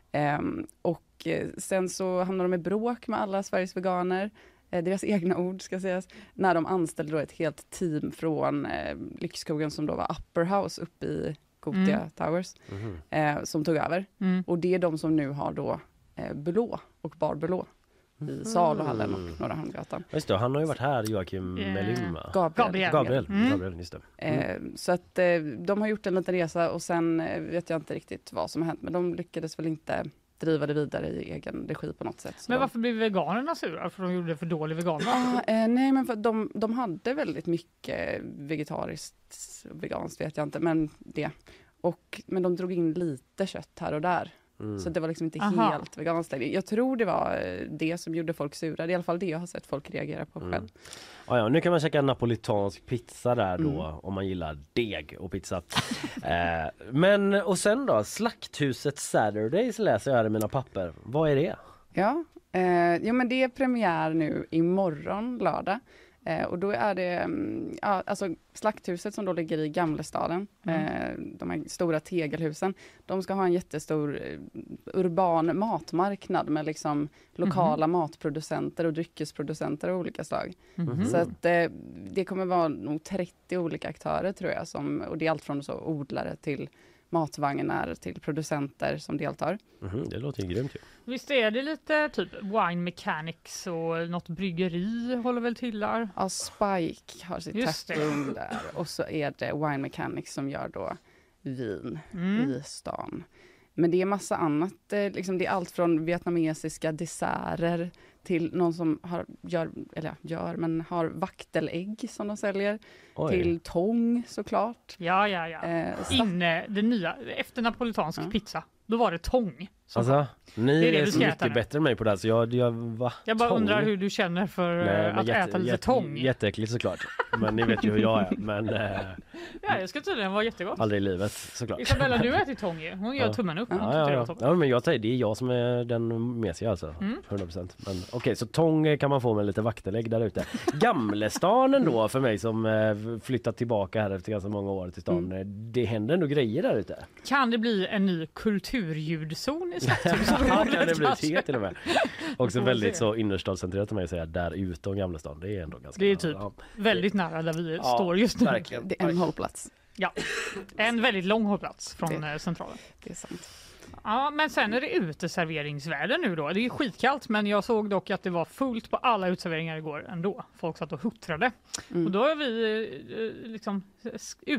Sen så hamnade de i bråk med alla Sveriges veganer, deras egna ord ska sägas, när de anställde då ett helt team från Lyxkogen som då var Upper House uppe i Gothia Towers, som tog över. Och det är de som nu har då Bulå och Bar Bulå i Saluhallen och Norra Hamngatan. Just det, han har ju varit här, Joakim Melin. Gabriel, just det. Så att de har gjort en liten resa och sen vet jag inte riktigt vad som har hänt, men de lyckades väl inte driva det vidare i egen regi på något sätt. Men varför blev veganerna sura? För de gjorde det för dålig veganmat? Nej, men för de hade väldigt mycket vegetariskt, veganskt vet jag inte, men det. Men de drog in lite kött här och där. Så det var liksom inte helt veganskt. Jag tror det var det som gjorde folk sura. Det är i alla fall det jag har sett folk reagera på själv. Ja, nu kan man käka napolitansk pizza där då om man gillar deg och pizza. Men och sen då, Slakthuset Saturdays läser jag här i mina papper. Vad är det? Ja, men det är premiär nu imorgon lördag. Och då är det alltså Slakthuset som då ligger i Gamlestaden, de här stora tegelhusen, de ska ha en jättestor urban matmarknad med liksom lokala matproducenter och dryckesproducenter av olika slag. Så att det kommer vara nog 30 olika aktörer tror jag, och det är allt från så odlare till matvagnar till producenter som deltar. Det låter ju grymt ju. Visst är det lite typ Wine Mechanics och något bryggeri håller väl till där? Ja, Spike har sitt taproom där. Och så är det Wine Mechanics som gör då vin i stan. Men det är massa annat. Liksom det är allt från vietnamesiska desserter till någon som har vaktelägg som de säljer. Oj. Till tång såklart. Ja. Det nya, efter napolitansk pizza, då var det tång. Alltså, ni är så mycket bättre än mig på det här, så jag bara undrar hur du känner för att äta lite tång. Jätteäckligt såklart, men ni vet ju hur jag är. Men, ja, jag ska tydligen vara jättegott. Aldrig i livet, såklart. Isabella, du äter tång ju. Hon gör tummen upp. Ja, men jag säger det är jag som är den mesiga alltså, 100%. Men okej, så tång kan man få med lite vaktelägg där ute. Gamlestaden då, för mig som flyttat tillbaka här efter ganska många år till stan. Det händer ändå grejer där ute. Kan det bli en ny kulturljudzon i Slakthuset? Ja, kan det bli det till och med. Också väldigt så innerstadscentrerat om jag säger, där ute om Gamla stan. Det är ändå ganska... Det är typ väldigt nära där vi står just nu. Verkligen. Det är en hållplats. Ja, en väldigt lång hållplats från centralen. Det är sant. Ja, men sen är det uteserveringsvärlden nu då. Det är skitkallt, men jag såg dock att det var fullt på alla uteserveringar igår ändå. Folk satt och huttrade. Och då har vi liksom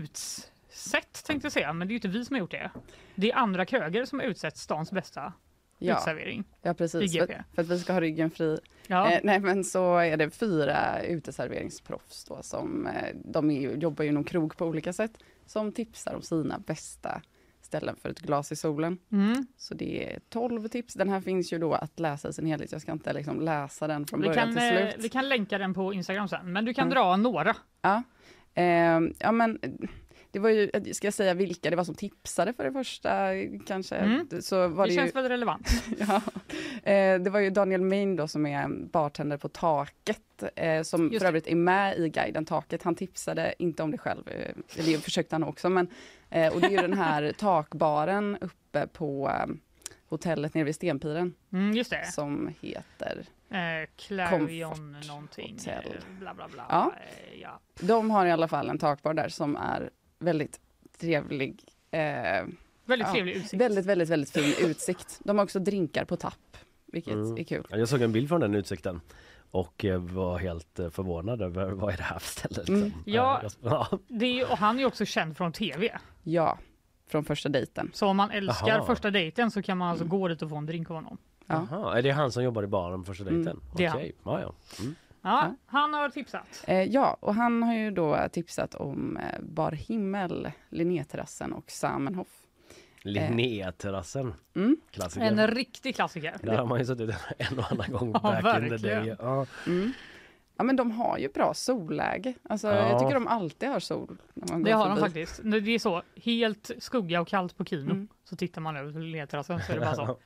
utsett, tänkte jag säga, men det är ju inte vi som har gjort det. Det är andra kröger som har utsett stans bästa uteservering. Ja, precis. I GP. För att vi ska ha ryggen fri. Ja. Nej, men så är det 4 uteserveringsproffs då som jobbar ju inom krog på olika sätt som tipsar om sina bästa ställen för ett glas i solen. Så det är 12 tips. Den här finns ju då att läsa i sin helhet. Jag ska inte liksom läsa den från början till slut. Vi kan länka den på Instagram sen, men du kan dra några. Ja. Ja, men det var ju, ska jag säga vilka det var som tipsade för det första kanske? Så var det känns väl relevant. Ja. Det var ju Daniel Main då som är bartender på Taket som för övrigt är med i guiden Taket. Han tipsade inte om det själv, det försökte han också, men och det är ju den här takbaren uppe på hotellet nere vid Stenpiren. Just det. Som heter Clarion någonting. Hotel. Bla bla bla. Ja. Ja. De har i alla fall en takbar där som är väldigt trevlig. Väldigt trevlig utsikt. Väldigt, väldigt, väldigt fin utsikt. De har också drinkar på tapp, vilket är kul. Jag såg en bild från den utsikten och var helt förvånad över vad är det här för ställe. Liksom. Ja, och han är ju också känd från tv. Ja, från första dejten. Så om man älskar första dejten så kan man alltså gå dit och få en drink av honom. Jaha, är det han som jobbar i baren på första dejten? Okej. Ja. Han har tipsat. Ja, och han har ju då tipsat om Bar Himmel, Linnéterrassen och Samenhof. Linnéterrassen. Klassiker. En riktig klassiker. Där har man ju suttit en och annan gång back in the day. Ja, men de har ju bra solläge. Alltså, jag tycker de alltid har sol. När man det går har förbi. de faktiskt. Det är så helt skugga och kallt på Kino. Så tittar man över till Linnéterrassen så är det bara så.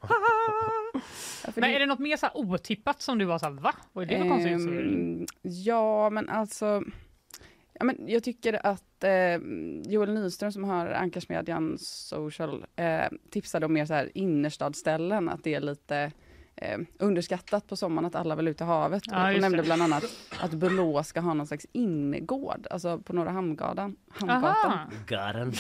Men är det något mer så här otippat som du var så här, va? Vad är det för konstigt? Ja, men alltså... Ja, men jag tycker att Joel Nyström som har Ankarsmedjan Social tipsade om mer så här innerstadsställen. Att det är lite underskattat på sommaren att alla vill ut i havet. Ja, och nämnde bland annat att Borås ska ha någon slags innergård. Alltså på Norra Hamngatan. Garen.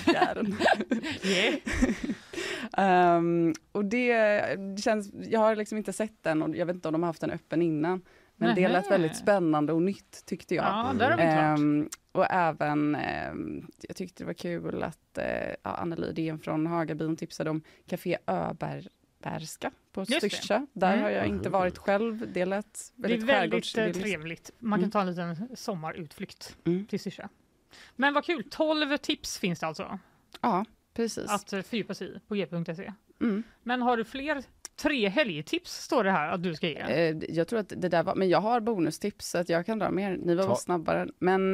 Och det känns, jag har liksom inte sett den och jag vet inte om de har haft den öppen innan. Men det lät väldigt spännande och nytt tyckte jag. Ja, där har vi klart. Och även, jag tyckte det var kul att Anneli Idén från Hagabyn tipsade om Café Öberska på Styrsö. Där har jag inte varit själv. Det lät väldigt skärgårdsvilligt. Det är väldigt trevligt. Man kan ta en liten sommarutflykt till Styrsö. Men vad kul, 12 tips finns det alltså. Ja, precis. Att fördjupa sig på g.se. Men har du fler 3 helgtips står det här att du ska ge? Jag tror att det där var, men jag har bonustips så att jag kan dra mer. Ni var snabbare. Men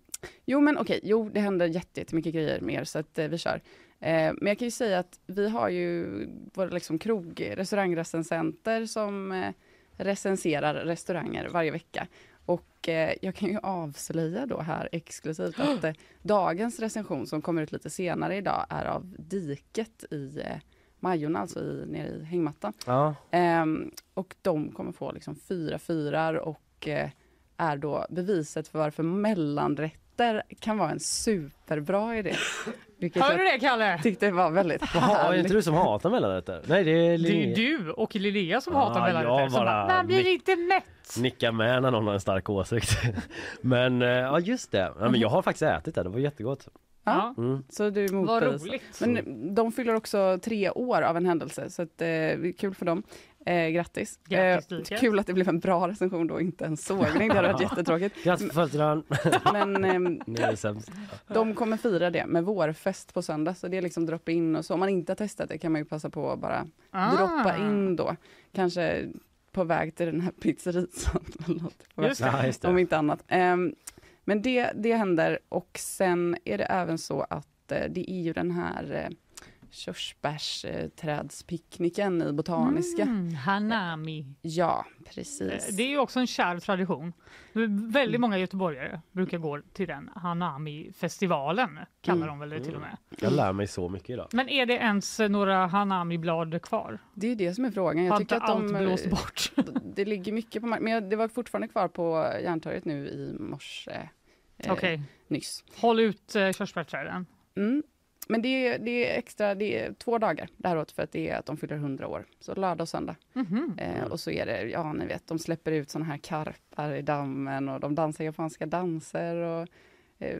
det händer jättemycket grejer mer så att vi kör. Men jag kan ju säga att vi har ju våra liksom restaurangrecensenter som recenserar restauranger varje vecka. Och jag kan ju avslöja då här exklusivt att dagens recension som kommer ut lite senare idag är av Diket i Majorna, alltså nere i hängmattan. Och de kommer få liksom 4 och är då beviset för varför mellanrätter kan vara en superbra idé. Hör du det, Kalle? Tyckte var väldigt härligt. Är inte du som hatar mellanrätter? Nej, det är du och Linnea som hatar mellanrätter. Man blir inte mätt. Nicka med när någon har en stark åsikt. Men just det. Men jag har faktiskt ätit det var jättegott. Ja, så du är vad roligt. Men de fyller också 3 år av en händelse så att, det är kul för dem. Grattis. Kul att det blev en bra recension då, inte en sågning. Det hade varit jättetråkigt. Grattis på födelsedagen. Men de kommer fira det med vårfest på söndag. Så det är liksom droppa in och så. Om man inte har testat det kan man ju passa på att bara droppa in då. Kanske på väg till den här pizzerian. Om inte annat. Men det händer och sen är det även så att det är ju den här körsbärsträdspickniken i Botaniska. Hanami. Ja, precis. Det är ju också en kär tradition. Väldigt många göteborgare brukar gå till den Hanami-festivalen, kallar de väl det till och med. Jag lär mig så mycket idag. Men är det ens några Hanami-blad kvar? Det är det som är frågan. Jag tycker att allt blåst bort. Det ligger mycket på men det var fortfarande kvar på Järntorget nu i morse. Nyss. Håll ut körsbärsträden. Men det är extra, det är 2 dagar det här året för att det är att de fyller 100 år. Så lördag och söndag. Och så är det, ni vet, de släpper ut såna här karpar i dammen och de dansar japanska danser och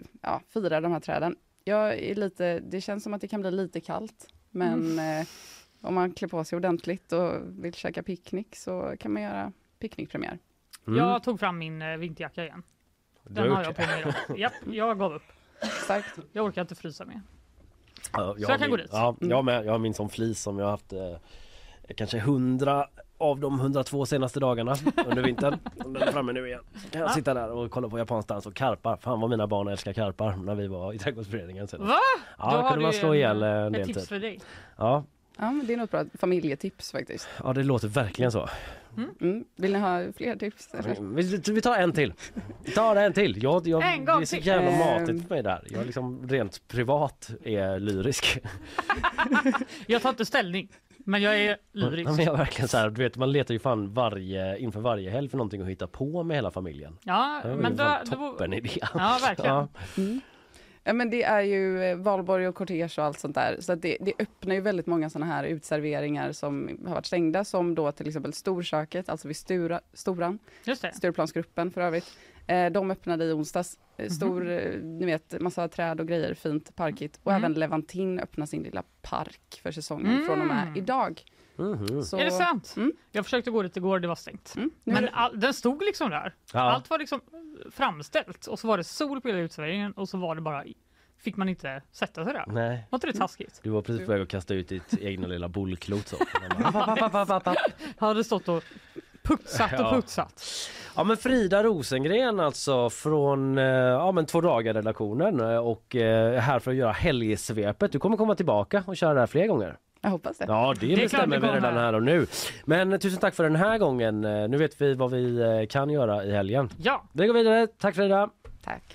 firar de här träden. Jag är lite, det känns som att det kan bli lite kallt. Men om man klär på sig ordentligt och vill käka picknick så kan man göra picknickpremiär. Jag tog fram min vinterjacka igen. Den har jag på mig idag. Japp, jag gav upp. Starkt. Jag orkar inte frysa mer. Ja, så jag kan gå dit. Ja, jag har min som flis som jag har haft kanske 100 av de 102 senaste dagarna under vintern. Den är framme nu igen. Så kan jag sitta där och kolla på japansk dans och karpar. Fan vad mina barn älskar karpar när vi var i trädgårdsföreningen. Va? Ja, kunde man slå ihjäl en del tips för dig. Ja. Ja, men det är något bra familjetips faktiskt. Ja, det låter verkligen så. Vill ni ha fler tips? Vi tar en till. Vi tar en till. En gång det är så till. jävla matigt för mig där. Jag liksom rent privat är lyrisk. Jag tar inte ställning. Men jag är lyrisk. Ja, men jag är verkligen så här, du vet, man letar ju fan inför varje helg för någonting att hitta på med hela familjen. Ja, men det toppen idé. Ja, verkligen. Ja. Ja, men det är ju valborg och kortege och allt sånt där. Så att det öppnar ju väldigt många sådana här utserveringar som har varit stängda. Som då till exempel Storköket, alltså vid Storan. Just det. Stureplansgruppen för övrigt. De öppnade i onsdags. Ni vet, massa träd och grejer, fint, parkigt. Och även Levantin öppnar sin lilla park för säsongen från och med idag. Så, är det sant? Jag försökte gå dit igår, det var stängt. Men den stod liksom där. Ja. Allt var liksom framställt. Och så var det sol på hela utserveringen. Och så var det bara, fick man inte sätta sig där. Nej. Var inte det taskigt? Du var precis på väg att kasta ut ditt egna lilla bollklot så. Jag hade stått och putsat. Ja, men Frida Rosengren alltså från Två dagar-redaktionen och här för att göra helgsvepet. Du kommer komma tillbaka och köra det här fler gånger. Jag hoppas det. Ja, det bestämmer vi redan här och nu. Men tusen tack för den här gången. Nu vet vi vad vi kan göra i helgen. Ja. Vi går vidare. Tack Frida. Tack.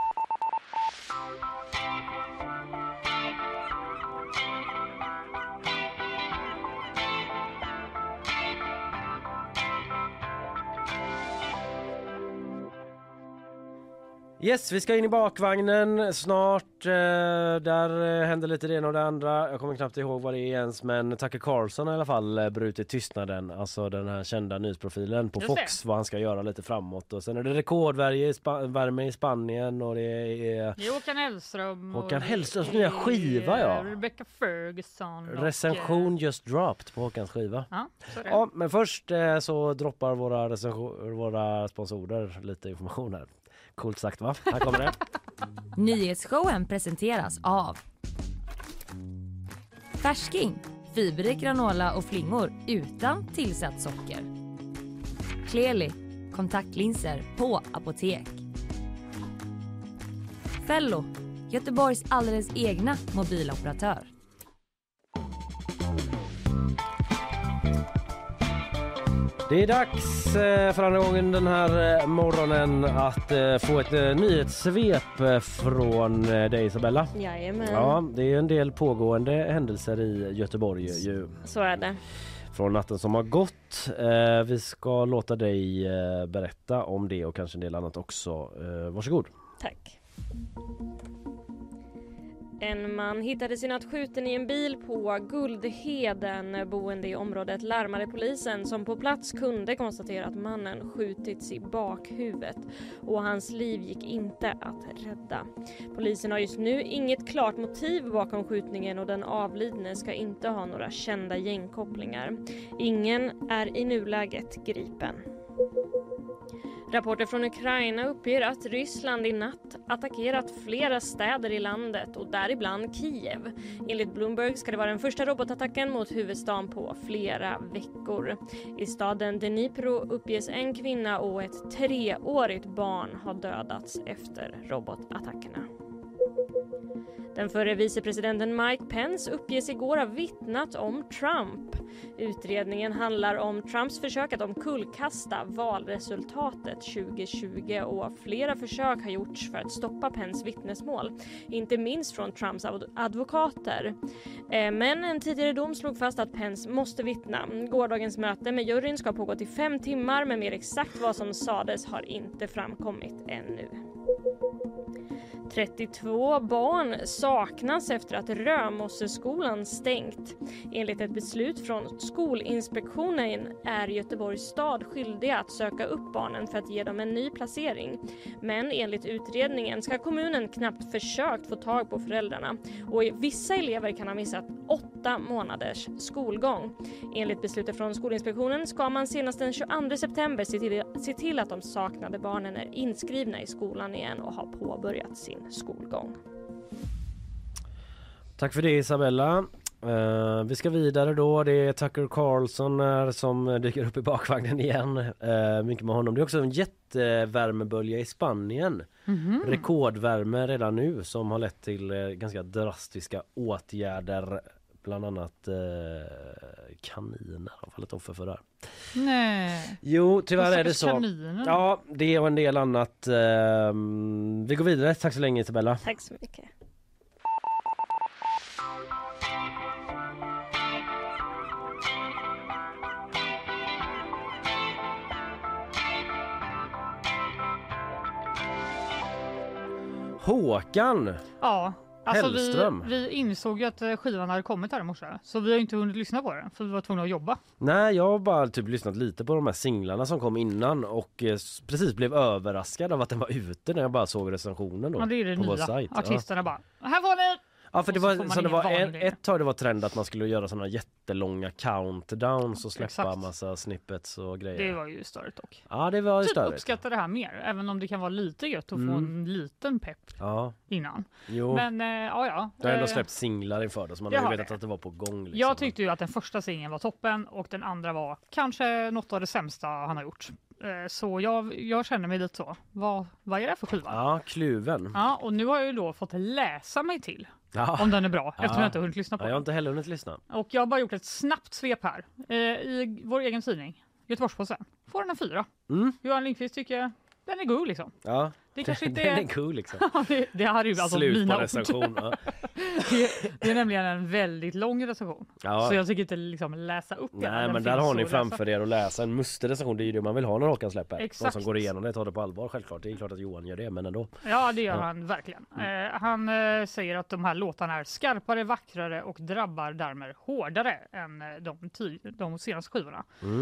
Yes, vi ska in i bakvagnen snart. Där händer lite det ena och det andra. Jag kommer knappt ihåg vad det är ens, men Tucker Carlson har i alla fall brutit tystnaden. Alltså den här kända nyhetsprofilen på Fox, vad han ska göra lite framåt. Och sen är det rekordvärme i Spanien och det är Håkan Hellström. Håkan Hellströms nya skiva, ja. Rebecca Ferguson. Recension just dropped på Håkans skiva. Ja, så är det. Ja, men först så droppar våra sponsorer lite information här. Coolt sagt, va? Här kommer det. Nyhetsshowen presenteras av Färsking, fiberrik granola och flingor utan tillsatt socker. Clearly, kontaktlinser på apotek. Fello, Göteborgs alldeles egna mobiloperatör. Det är dags för andra gången den här morgonen att få ett nyhetssvep från dig, Isabella. Jajamän. Ja, det är en del pågående händelser i Göteborg ju. Så är det. Från natten som har gått. Vi ska låta dig berätta om det och kanske en del annat också. Varsågod. Tack. En man hittades i natt skjuten i en bil på Guldheden. Boende i området larmade polisen som på plats kunde konstatera att mannen skjutits i bakhuvudet och hans liv gick inte att rädda. Polisen har just nu inget klart motiv bakom skjutningen och den avlidne ska inte ha några kända gängkopplingar. Ingen är i nuläget gripen. Rapporter från Ukraina uppger att Ryssland i natt attackerat flera städer i landet och däribland Kiev. Enligt Bloomberg ska det vara den första robotattacken mot huvudstaden på flera veckor. I staden Dnipro uppges en kvinna och ett 3-årigt barn ha dödats efter robotattackerna. Den förre vicepresidenten Mike Pence uppges igår ha vittnat om Trump. Utredningen handlar om Trumps försök att omkullkasta valresultatet 2020 och flera försök har gjorts för att stoppa Pence vittnesmål. Inte minst från Trumps advokater. Men en tidigare dom slog fast att Pence måste vittna. Gårdagens möte med juryn ska pågå till 5 timmar, men mer exakt vad som sades har inte framkommit ännu. 32 barn saknas efter att Römosseskolan stängt. Enligt ett beslut från Skolinspektionen är Göteborgs stad skyldiga att söka upp barnen för att ge dem en ny placering. Men enligt utredningen ska kommunen knappt försökt få tag på föräldrarna och vissa elever kan ha missat 8 månaders skolgång. Enligt beslutet från Skolinspektionen ska man senast den 22 september se till att de saknade barnen är inskrivna i skolan igen och har påbörjat sin skolgång. Tack för det, Isabella. Vi ska vidare då. Det är Tucker Carlson här som dyker upp i bakvagnen igen. Mycket med honom. Det är också en jättevärmebölja i Spanien. Rekordvärme redan nu som har lett till ganska drastiska åtgärder. Bland annat kaniner har fallit offer för det här. Nej. Jo, tyvärr är det så. Kaniner. Ja, det och en del annat. Vi går vidare. Tack så länge, Isabella. Tack så mycket. Håkan! Ja, alltså Hellström. vi insåg ju att skivan hade kommit här i morse. Så vi har inte hunnit lyssna på den, för vi var tvungna att jobba. Nej, jag har bara typ lyssnat lite på de här singlarna som kom innan och precis blev överraskad av att den var ute när jag bara såg recensionen då. Ja, det är det på vår nya. sajt. Artisterna bara, här var ni! Ja, för det Och så var, får man så det ingen var varning. ett tag det var trend att man skulle göra såna jättelånga countdowns och släppa Exakt. massa snippets och grejer. Det var ju störigt dock. Ja, det var ju Typ störigt. uppskattar det här mer, även om det kan vara lite gött att få en liten pepp innan. Jo. Men ja. Det har ändå släppt singlar inför det så man jag har har ju vetat det. att det var på gång. Liksom. Jag tyckte ju att den första singeln var toppen och den andra var kanske något av det sämsta han har gjort. Så jag känner mig lite så. Vad är det för skiva? Ja, kluven. Ja, och nu har jag ju då fått läsa mig till om den är bra, eftersom jag inte har hunnit lyssna på jag har den. inte heller hunnit lyssna. Och jag har bara gjort ett snabbt svep här. I vår egen tidning, Göteborgs-Posten, får den en 4. Johan Lindqvist tycker den är god liksom. Ja, det kanske inte den är cool liksom. det här är ju alltså Slut mina på recension. Ja. det är nämligen en väldigt lång recension. Ja. Så jag tycker inte liksom läsa upp den. Nej, men där har ni framför er att läsa en musterrecension. Det är ju det man vill ha när Håkan släpper. Exakt. Någon som går igenom det, tar det på allvar självklart. Det är klart att Johan gör det, men ändå. Ja, det gör han verkligen. Han säger att de här låtarna är skarpare, vackrare och drabbar därmed hårdare än de senaste skivorna.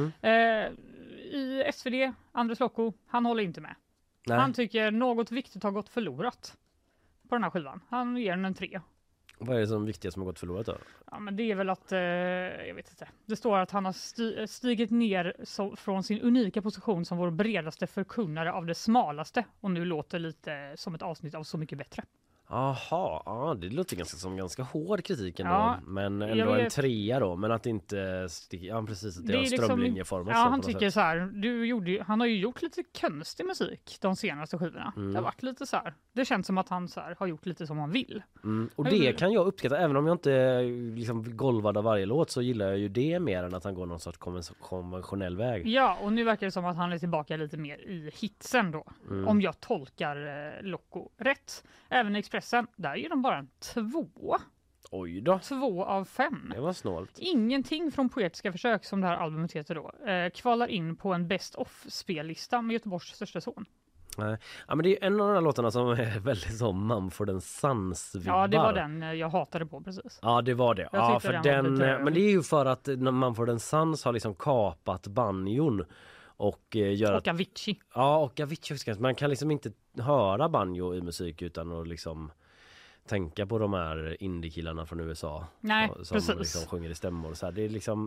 I SvD, Andres Lokko, han håller inte med. Nej. Han tycker något viktigt har gått förlorat på den här skivan. Han ger den en 3. Vad är det som viktiga som har gått förlorat då? Ja, men det är väl att, jag vet inte. Det står att han har stigit ner från sin unika position som vår bredaste förkunnare av det smalaste. Och nu låter lite som ett avsnitt av Så mycket bättre. Jaha, ja, det låter ganska hård kritik ändå, Ja, men ändå en 3 då, men att inte precis att det är strömlinjeformat. Ja, han tycker så här, han har ju gjort lite konstig musik de senaste skivorna. Det har varit lite så här, det känns som att han så här, har gjort lite som han vill. Och det kan jag uppskatta, även om jag inte liksom golvad av varje låt så gillar jag ju det mer än att han går någon sorts konventionell väg. Ja, och nu verkar det som att han är tillbaka lite mer i hitsen då, om jag tolkar Lokko rätt. Även Expressen, där är de bara en 2. Oj då. 2 av 5. Det var snålt. Ingenting från Poetiska försök, som det här albumet heter då, kvalar in på en best of-spellista med Göteborgs största son. Nej. Ja, men det är en av de här låtarna som är väldigt så Mumford & Sons-vibbar. Ja, det var den jag hatade på precis. Ja, det var det. Ja, för men det är ju för att Mumford & Sons har liksom kapat banjon och gör och Avicii. Ja, och Avicii. Man kan liksom inte höra banjo i musik utan att liksom tänka på de här indie-killarna från USA. Nej, som precis. Liksom sjunger i stämmor och så här. Det är liksom,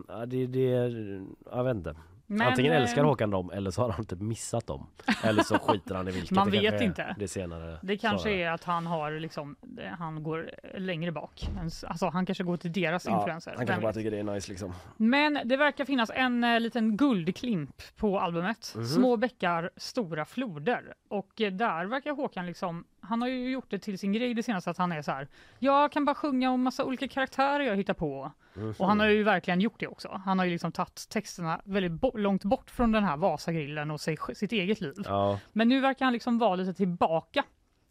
jag vet inte. Men, antingen älskar Håkan dem eller så har han inte missat dem. Eller så skiter han i vilket. Man vet inte. Det senare. Det kanske är att han har liksom, han går längre bak. Alltså han kanske går till deras influenser. Han kanske bara tycker det är nice liksom. Men det verkar finnas en liten guldklimp på albumet. Små bäckar, stora floder. Och där verkar Håkan liksom, han har ju gjort det till sin grej det senaste att han är så här, jag kan bara sjunga om massa olika karaktärer jag hittar på. Och han har ju verkligen gjort det också. Han har ju liksom tagit texterna väldigt långt bort från den här Vasagrillen och sitt eget liv. Ja. Men nu verkar han liksom vara lite tillbaka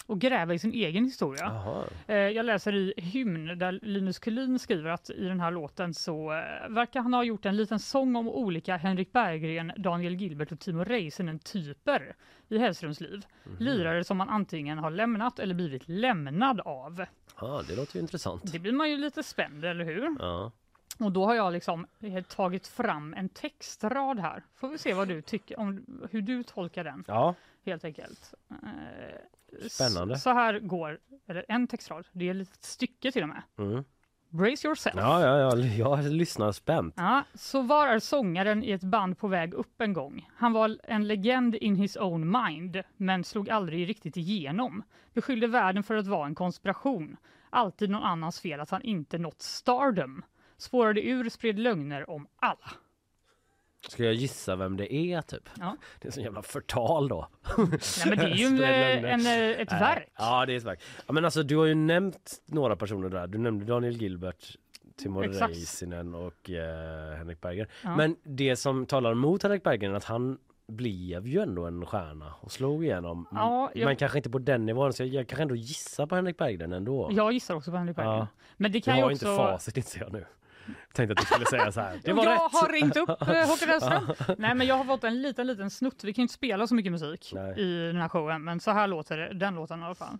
och gräva i sin egen historia. Jag läser i Hymn där Linus Kullin skriver att i den här låten så verkar han ha gjort en liten sång om olika Henrik Berggren, Daniel Gilbert och Timo Räisänen typer i Hellströms liv. Lirare som man antingen har lämnat eller blivit lämnad av. Ja, det låter ju intressant. Det blir man ju lite spänd, eller hur? Ja. Och då har jag liksom tagit fram en textrad här. Får vi se vad du tycker om hur du tolkar den. Ja. Helt enkelt. Spännande. Så här går en textrad. Det är ett litet stycke till och med. Brace yourself. Ja, jag lyssnar spänt. Ja, så var är sångaren i ett band på väg upp en gång. Han var en legend in his own mind, men slog aldrig riktigt igenom. Beskyllde världen för att vara en konspiration. Alltid någon annans fel att han inte nått stardom. Spårade ur, spred lögner om alla. Ska jag gissa vem det är typ? Ja. Det är så jävla förtal då. Nej, men det är ju ett verk. Ja, det är ett verk. Ja, men alltså, du har ju nämnt några personer där. Du nämnde Daniel Gilbert, Timo Räisänen och Henrik Berggren. Ja. Men det som talar emot Henrik Berggren är att han blev ju ändå en stjärna och slog igenom. Ja, men kanske inte på den nivån, så jag kan ändå gissa på Henrik Berggren ändå. Jag gissar också på Henrik Berggren. Ja. Men det kan jag ju har också... inte facit, inte jag nu. Jag tänkte att du skulle säga så här. Det var jag rätt. Har ringt upp Håkan Hellström. Nej, men jag har fått en liten snutt. Vi kan inte spela så mycket musik i den här showen, men så här låter det, den låten i alla fall.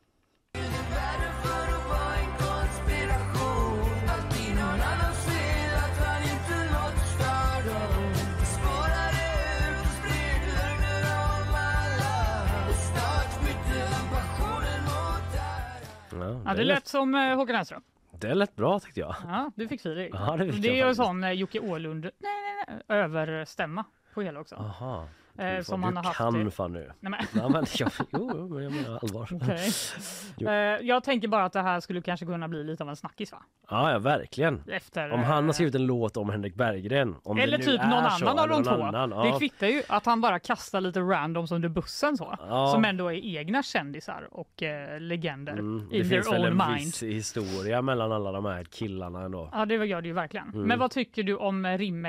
Ja, det lät som Håkan Hellström. Det lät bra tyckte jag. Ja, du fick Fredrik. Ja, det är ju en sån Jocke Åhlund överstämma på hela också. Aha. Som man har haft kan fan nu. Nej, men. Ja, men jag menar allvar. Okay. Jag tänker bara att det här skulle kanske kunna bli lite av en snackis, va? Ja, verkligen. Om han har skrivit en låt om Henrik Berggren. Om eller det typ nu någon så, annan av de två. Ja. Det kvittar ju att han bara kastar lite randoms under bussen så. Ja. Som ändå är egna kändisar och legender in their own mind. Det finns väl en viss historia mellan alla de här killarna ändå. Ja, det gör det ju verkligen. Men vad tycker du om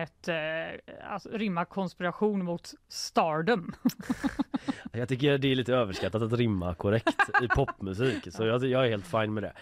rimma konspiration mot stardom? Jag tycker det är lite överskattat att rimma korrekt i popmusik. Så jag är helt fine med det.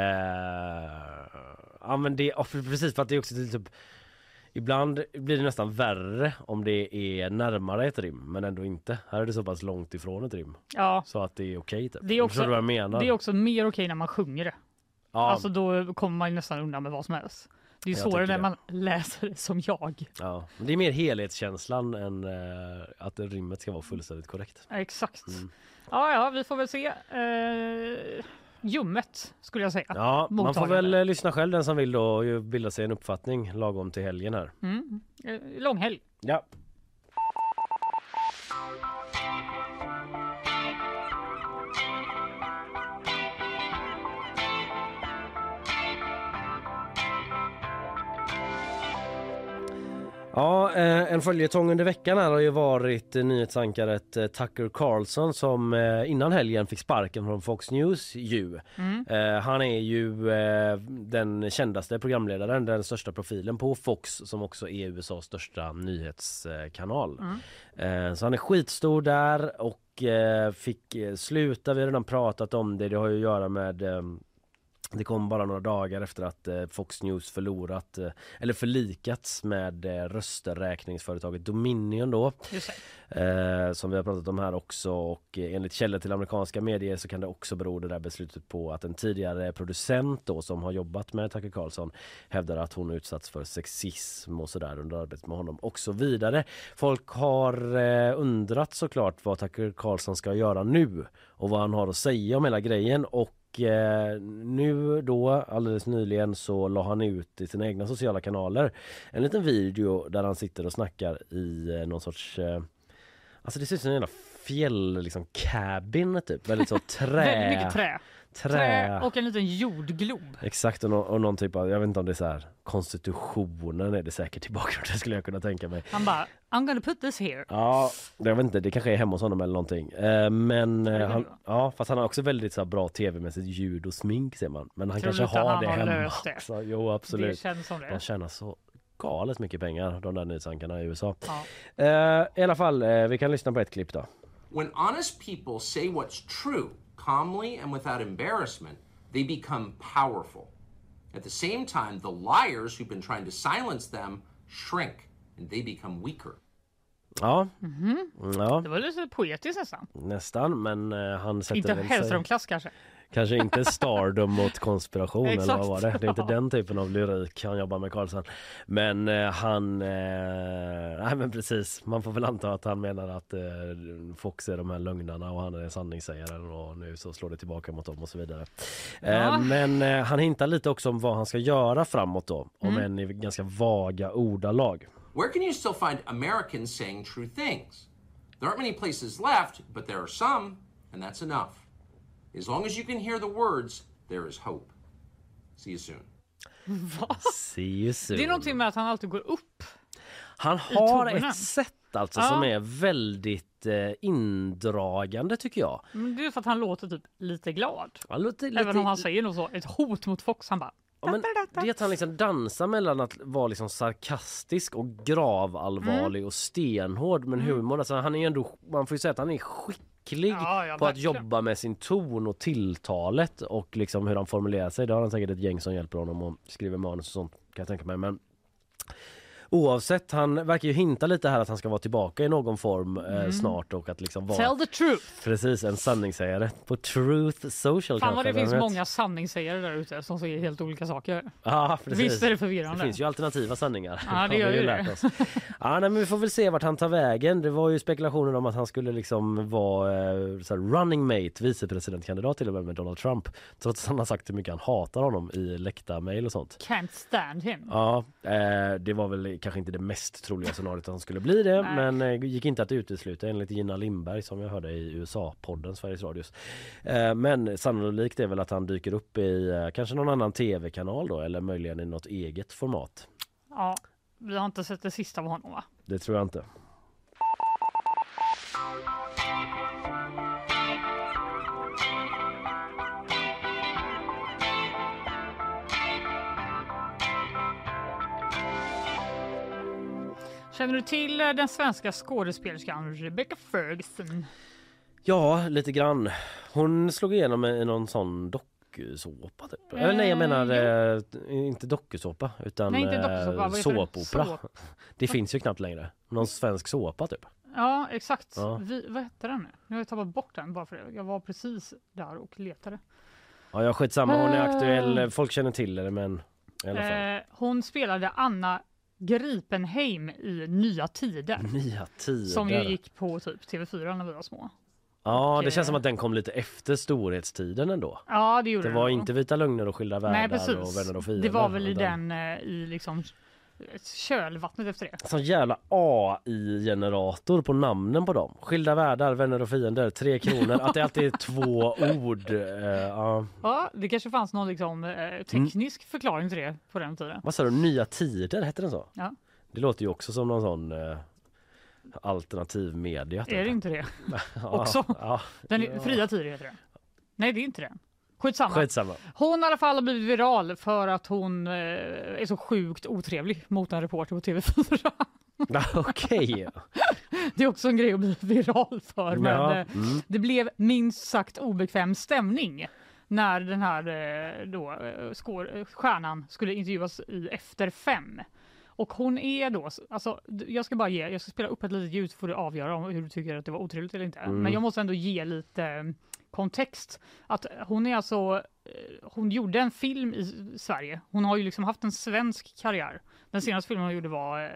Ja, men det precis, för att det är också typ, ibland blir det nästan värre om det är närmare ett rim, men ändå inte. Här är det så pass långt ifrån ett rim. Ja. Så att det är okej typ. Det är också mer okej när man sjunger det. Ja. Alltså då kommer man ju nästan undan med vad som helst. Det är ju svårare när man läser som jag. Ja, men det är mer helhetskänslan än att rimmet ska vara fullständigt korrekt. Ja, exakt. Ja, vi får väl se. Ljummet skulle jag säga. Ja, man får väl lyssna själv den som vill då och bilda sig en uppfattning lagom till helgen här. Långhelg. Ja. Ja, en följetong under veckan här har ju varit nyhetsankaret Tucker Carlson som innan helgen fick sparken från Fox News ju. Han är ju den kändaste programledaren, den största profilen på Fox som också är USAs största nyhetskanal. Så han är skitstor där och fick sluta, vi har redan pratat om det har ju att göra med... Det kom bara några dagar efter att Fox News förlikats med rösträkningsföretaget Dominion då. Som vi har pratat om här också, och enligt källor till amerikanska medier så kan det också bero det där beslutet på att en tidigare producent då som har jobbat med Tucker Carlson hävdar att hon utsatts för sexism och sådär under arbetet med honom och så vidare. Folk har undrat såklart vad Tucker Carlson ska göra nu och vad han har att säga om hela grejen, och nu då alldeles nyligen så la han ut i sina egna sociala kanaler en liten video där han sitter och snackar i någon sorts alltså det ser ut som en jävla fjäll liksom cabin typ, väldigt så väldigt mycket trä och en liten jordglob. Exakt, och någon typ av, jag vet inte om det är så här, konstitutionen är det säkert i bakgrunden, skulle jag kunna tänka mig. Han bara, I'm gonna put this here. Ja, jag vet inte, det kanske är hemma hos honom eller någonting. Fast han har också väldigt så här, bra tv-mässigt ljud och smink ser man. Men han kanske har det hemma också. Jo, absolut. Det känns som det. De tjänar så galet mycket pengar, de där nyhetsankarna i USA. I alla fall, vi kan lyssna på ett klipp då. When honest people say what's true, calmly and without embarrassment, they become powerful. At the same time, the liars who've been trying to silence them shrink and they become weaker. Ja. Ja. Det var lite poetiskt nästan. Nästan, men han sätter inte väl Hellström-klass kanske. Kanske inte stardom mot konspiration eller Exakt. vad var det? Det är inte den typen av lyrik han jobbar med, Karlsson. Men nej men precis, man får väl anta att han menar att Fox är de här lögnarna och han är sanningssägaren och nu så slår det tillbaka mot dem och så vidare. Men han hintar lite också om vad han ska göra framåt då, om än i ganska vaga ordalag. Where can you still find Americans saying true things? There aren't many places left, but there are some, and that's enough. As long as you can hear the words, there is hope. See you soon. See you soon. Det är någonting med att han alltid går upp. Han har ett sätt alltså som är väldigt indragande tycker jag. Men det är för att han låter typ lite glad. Lite, även om han säger något så, ett hot mot Fox, han bara... Ja, men det är att han liksom dansar mellan att vara liksom sarkastisk och gravallvarlig och stenhård men humor. Alltså han är ändå, man får ju säga att han är skicklig på att jobba med sin ton och tilltalet och liksom hur han formulerar sig. Det har han säkert ett gäng som hjälper honom och skriver manus och sånt, kan jag tänka mig. Men oavsett, han verkar ju hinta lite här att han ska vara tillbaka i någon form snart och att liksom vara... Tell the truth! Precis, en sanningssägare på Truth Social. Fan vad det finns många sanningssägare där ute som säger helt olika saker. Ja, precis. Visst är det förvirrande. Det finns ju alternativa sanningar. Ja, det gör ju det. Ja, nej, men vi får väl se vart han tar vägen. Det var ju spekulationer om att han skulle liksom vara så här, running mate, vicepresidentkandidat till och med Donald Trump. Trots att han har sagt hur mycket han hatar honom i läckta mejl och sånt. Can't stand him. Ja, det var väl kanske inte det mest troliga scenariot att han skulle bli det. Nej. Men gick inte att utesluta enligt Gina Lindberg som jag hörde i USA-podden Sveriges Radios. Men sannolikt är väl att han dyker upp i kanske någon annan tv-kanal då eller möjligen i något eget format. Ja, vi har inte sett det sista av honom va? Det tror jag inte. Känner du till den svenska skådespelerskan Rebecca Ferguson? Ja, lite grann. Hon slog igenom i någon sån dokusåpa typ. Eller nej, jag menar inte dokusåpa utan nej, inte dokusåpa, såpopera. Det finns ju knappt längre. Någon svensk såpa typ. Ja, exakt. Ja. Vad hette den nu? Nu har jag tappat bort den bara för det. Jag var precis där och letade. Ja, jag skitsamma. Hon är aktuell. Folk känner till det, men i alla fall. Hon spelade Anna Gripenheim i Nya Tider. Nya Tider. Som ju gick på typ TV4 när vi var små. Ja, och, det känns som att den kom lite efter storhetstiden ändå. Ja, det gjorde det. Det var inte Vita lögner och Skilda världar. Nej, precis. Och Vänner och fiender. Det var väl i den i liksom kölvattnet efter det. Sån jävla AI-generator på namnen på dem. Skilda världar, Vänner och fiender, 3 kronor. Att det alltid är 2 ord. Ja, det kanske fanns någon liksom, teknisk förklaring till det på den tiden. Vad sa du? Nya Tider, hette den så? Ja. Det låter ju också som någon sån alternativ media. Är det inte det? Också? Ja. Den Fria Tider heter det. Nej, det är inte det. Skitsamma. Hon i alla fall har blivit viral för att hon är så sjukt otrevlig mot en reporter på TV4. Okej. Det är också en grej att bli viral för. Men det blev minst sagt obekväm stämning när den här stjärnan skulle intervjuas i Efter 5. Och hon är då, alltså jag ska spela upp ett litet ljud för att avgöra hur du tycker att det var otrevligt eller inte. Men jag måste ändå ge lite kontext. Att hon är alltså, hon gjorde en film i Sverige. Hon har ju liksom haft en svensk karriär. Den senaste filmen hon gjorde var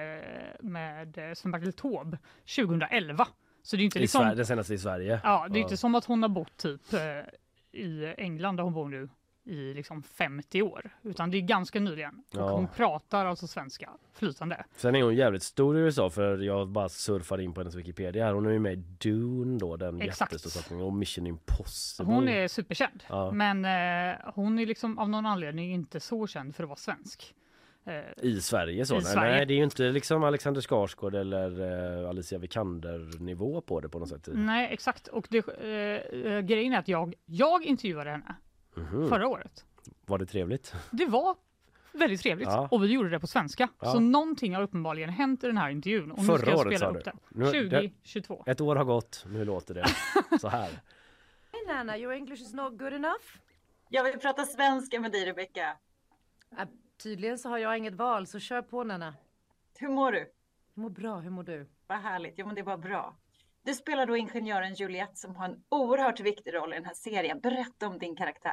med Sven-Bertil Taube 2011. Så det är inte liksom... Den senaste i Sverige. Ja, det är inte som att hon har bott typ i England där hon bor nu i liksom 50 år. Utan det är ganska nyligen. Och hon pratar alltså svenska flytande. Sen är hon jävligt stor i USA för jag bara surfade in på hennes Wikipedia här. Hon är ju med i Dune då, den jättestora satsningen, och Mission Impossible. Hon är superkänd. Ja. Men hon är liksom av någon anledning inte så känd för att vara svensk. I Sverige så. Nej, det är ju inte liksom Alexander Skarsgård eller Alicia Vikander nivå på det på något sätt. Nej, exakt. Och grejen är att jag intervjuade henne förra året. Var det trevligt? Det var väldigt trevligt. Ja. Och vi gjorde det på svenska. Ja. Så någonting har uppenbarligen hänt i den här intervjun. Och förra nu ska jag året spela upp den. 2022. Ett år har gått. Nu låter det så här. Nana, your English is not good enough. Jag vill prata svenska med dig, Rebecca. Tydligen så har jag inget val, så kör på, Nana. Hur mår du? Jag mår bra, hur mår du? Vad härligt, ja men det var bra. Du spelar då ingenjören Juliette som har en oerhört viktig roll i den här serien. Berätta om din karaktär.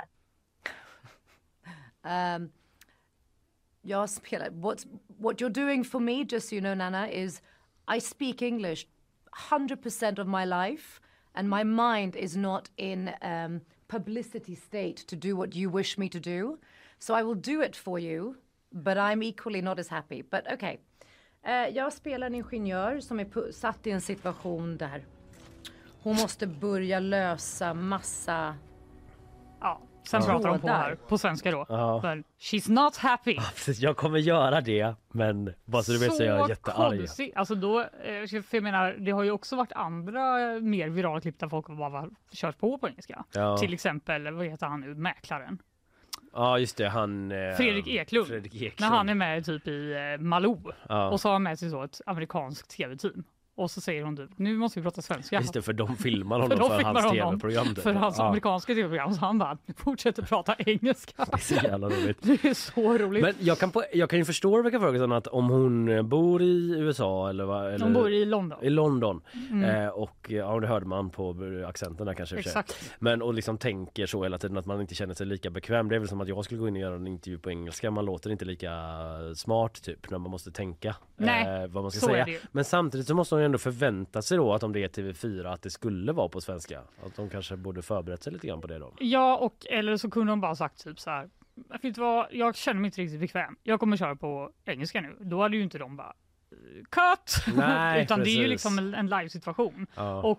Jag spelar... What you're doing for me, just so you know, Nana, is I speak English 100% of my life and my mind is not in publicity state to do what you wish me to do. So I will do it for you, but I'm equally not as happy. But okay. Jag spelar en ingenjör som är satt i en situation där hon måste börja lösa massa... Ja, sen pratar de på här på svenska då. Men she's not happy. Precis, jag kommer göra det, men bara så du vet så är jag jättearg. Alltså då, för jag menar, det har ju också varit andra mer virala klipp där folk bara kört på engelska. Ja. Till exempel, vad heter han nu, mäklaren? Ja, just det, han... Fredrik Eklund. När han är med typ i Malou. Ja. Och så har han med sig så ett amerikanskt tv-team. Och så säger hon typ, nu måste vi prata svenska. Just det, för de filmar honom för hans tv-program. För hans amerikanska tv-program. Så han bara fortsätter prata engelska. Det är så jävla roligt. Det är så roligt. Men jag kan ju förstå Rebecca Ferguson att om hon bor i USA eller vad... Eller, hon bor i London. I London. Och ja, det hörde man på accenten där kanske. Exakt. Men och liksom tänker så hela tiden att man inte känner sig lika bekväm. Det är väl som att jag skulle gå in och göra en intervju på engelska. Man låter inte lika smart typ när man måste tänka vad man ska säga. Men samtidigt så måste hon ändå förvänta sig då att om det är TV4 att det skulle vara på svenska. Att de kanske borde förberett sig lite grann på det då. Ja, och eller så kunde de bara sagt typ så här, jag känner mig inte riktigt bekväm. Jag kommer köra på engelska nu. Då hade ju inte de bara cut! Nej, utan precis. det är ju liksom en live-situation. Ja. Och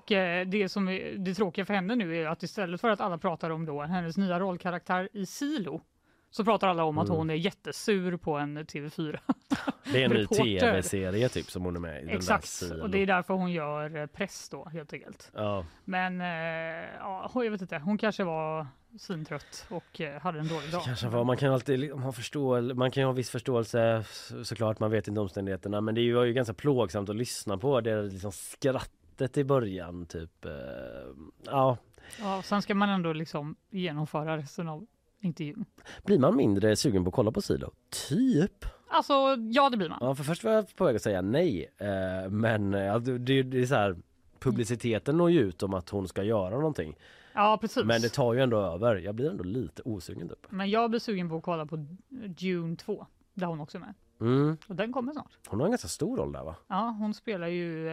det tråkiga för henne nu är att istället för att alla pratar om då hennes nya rollkaraktär i Silo, så pratar alla om att hon är jättesur på en TV4. Det är en ny tv-serie typ som hon är med i. Exakt, den där och det är därför hon gör press då helt enkelt. Ja. Men jag vet inte, hon kanske var syntrött och hade en dålig dag. Kanske var, man kan alltid man kan ju ha viss förståelse såklart, man vet inte omständigheterna, men det var ju ganska plågsamt att lyssna på det liksom skrattet i början typ. Ja, sen ska man ändå liksom genomföra resten av intervjun. Blir man mindre sugen på att kolla på Silo? Typ. Alltså, ja det blir man. Ja, för först var jag på väg att säga nej. Men det är så här, publiciteten når ju ut om att hon ska göra någonting. Ja, precis. Men det tar ju ändå över. Jag blir ändå lite osugen typ. Men jag blir sugen på att kolla på Dune 2, där hon också är med. Och den kommer snart. Hon har en ganska stor roll där, va? Ja, hon spelar ju...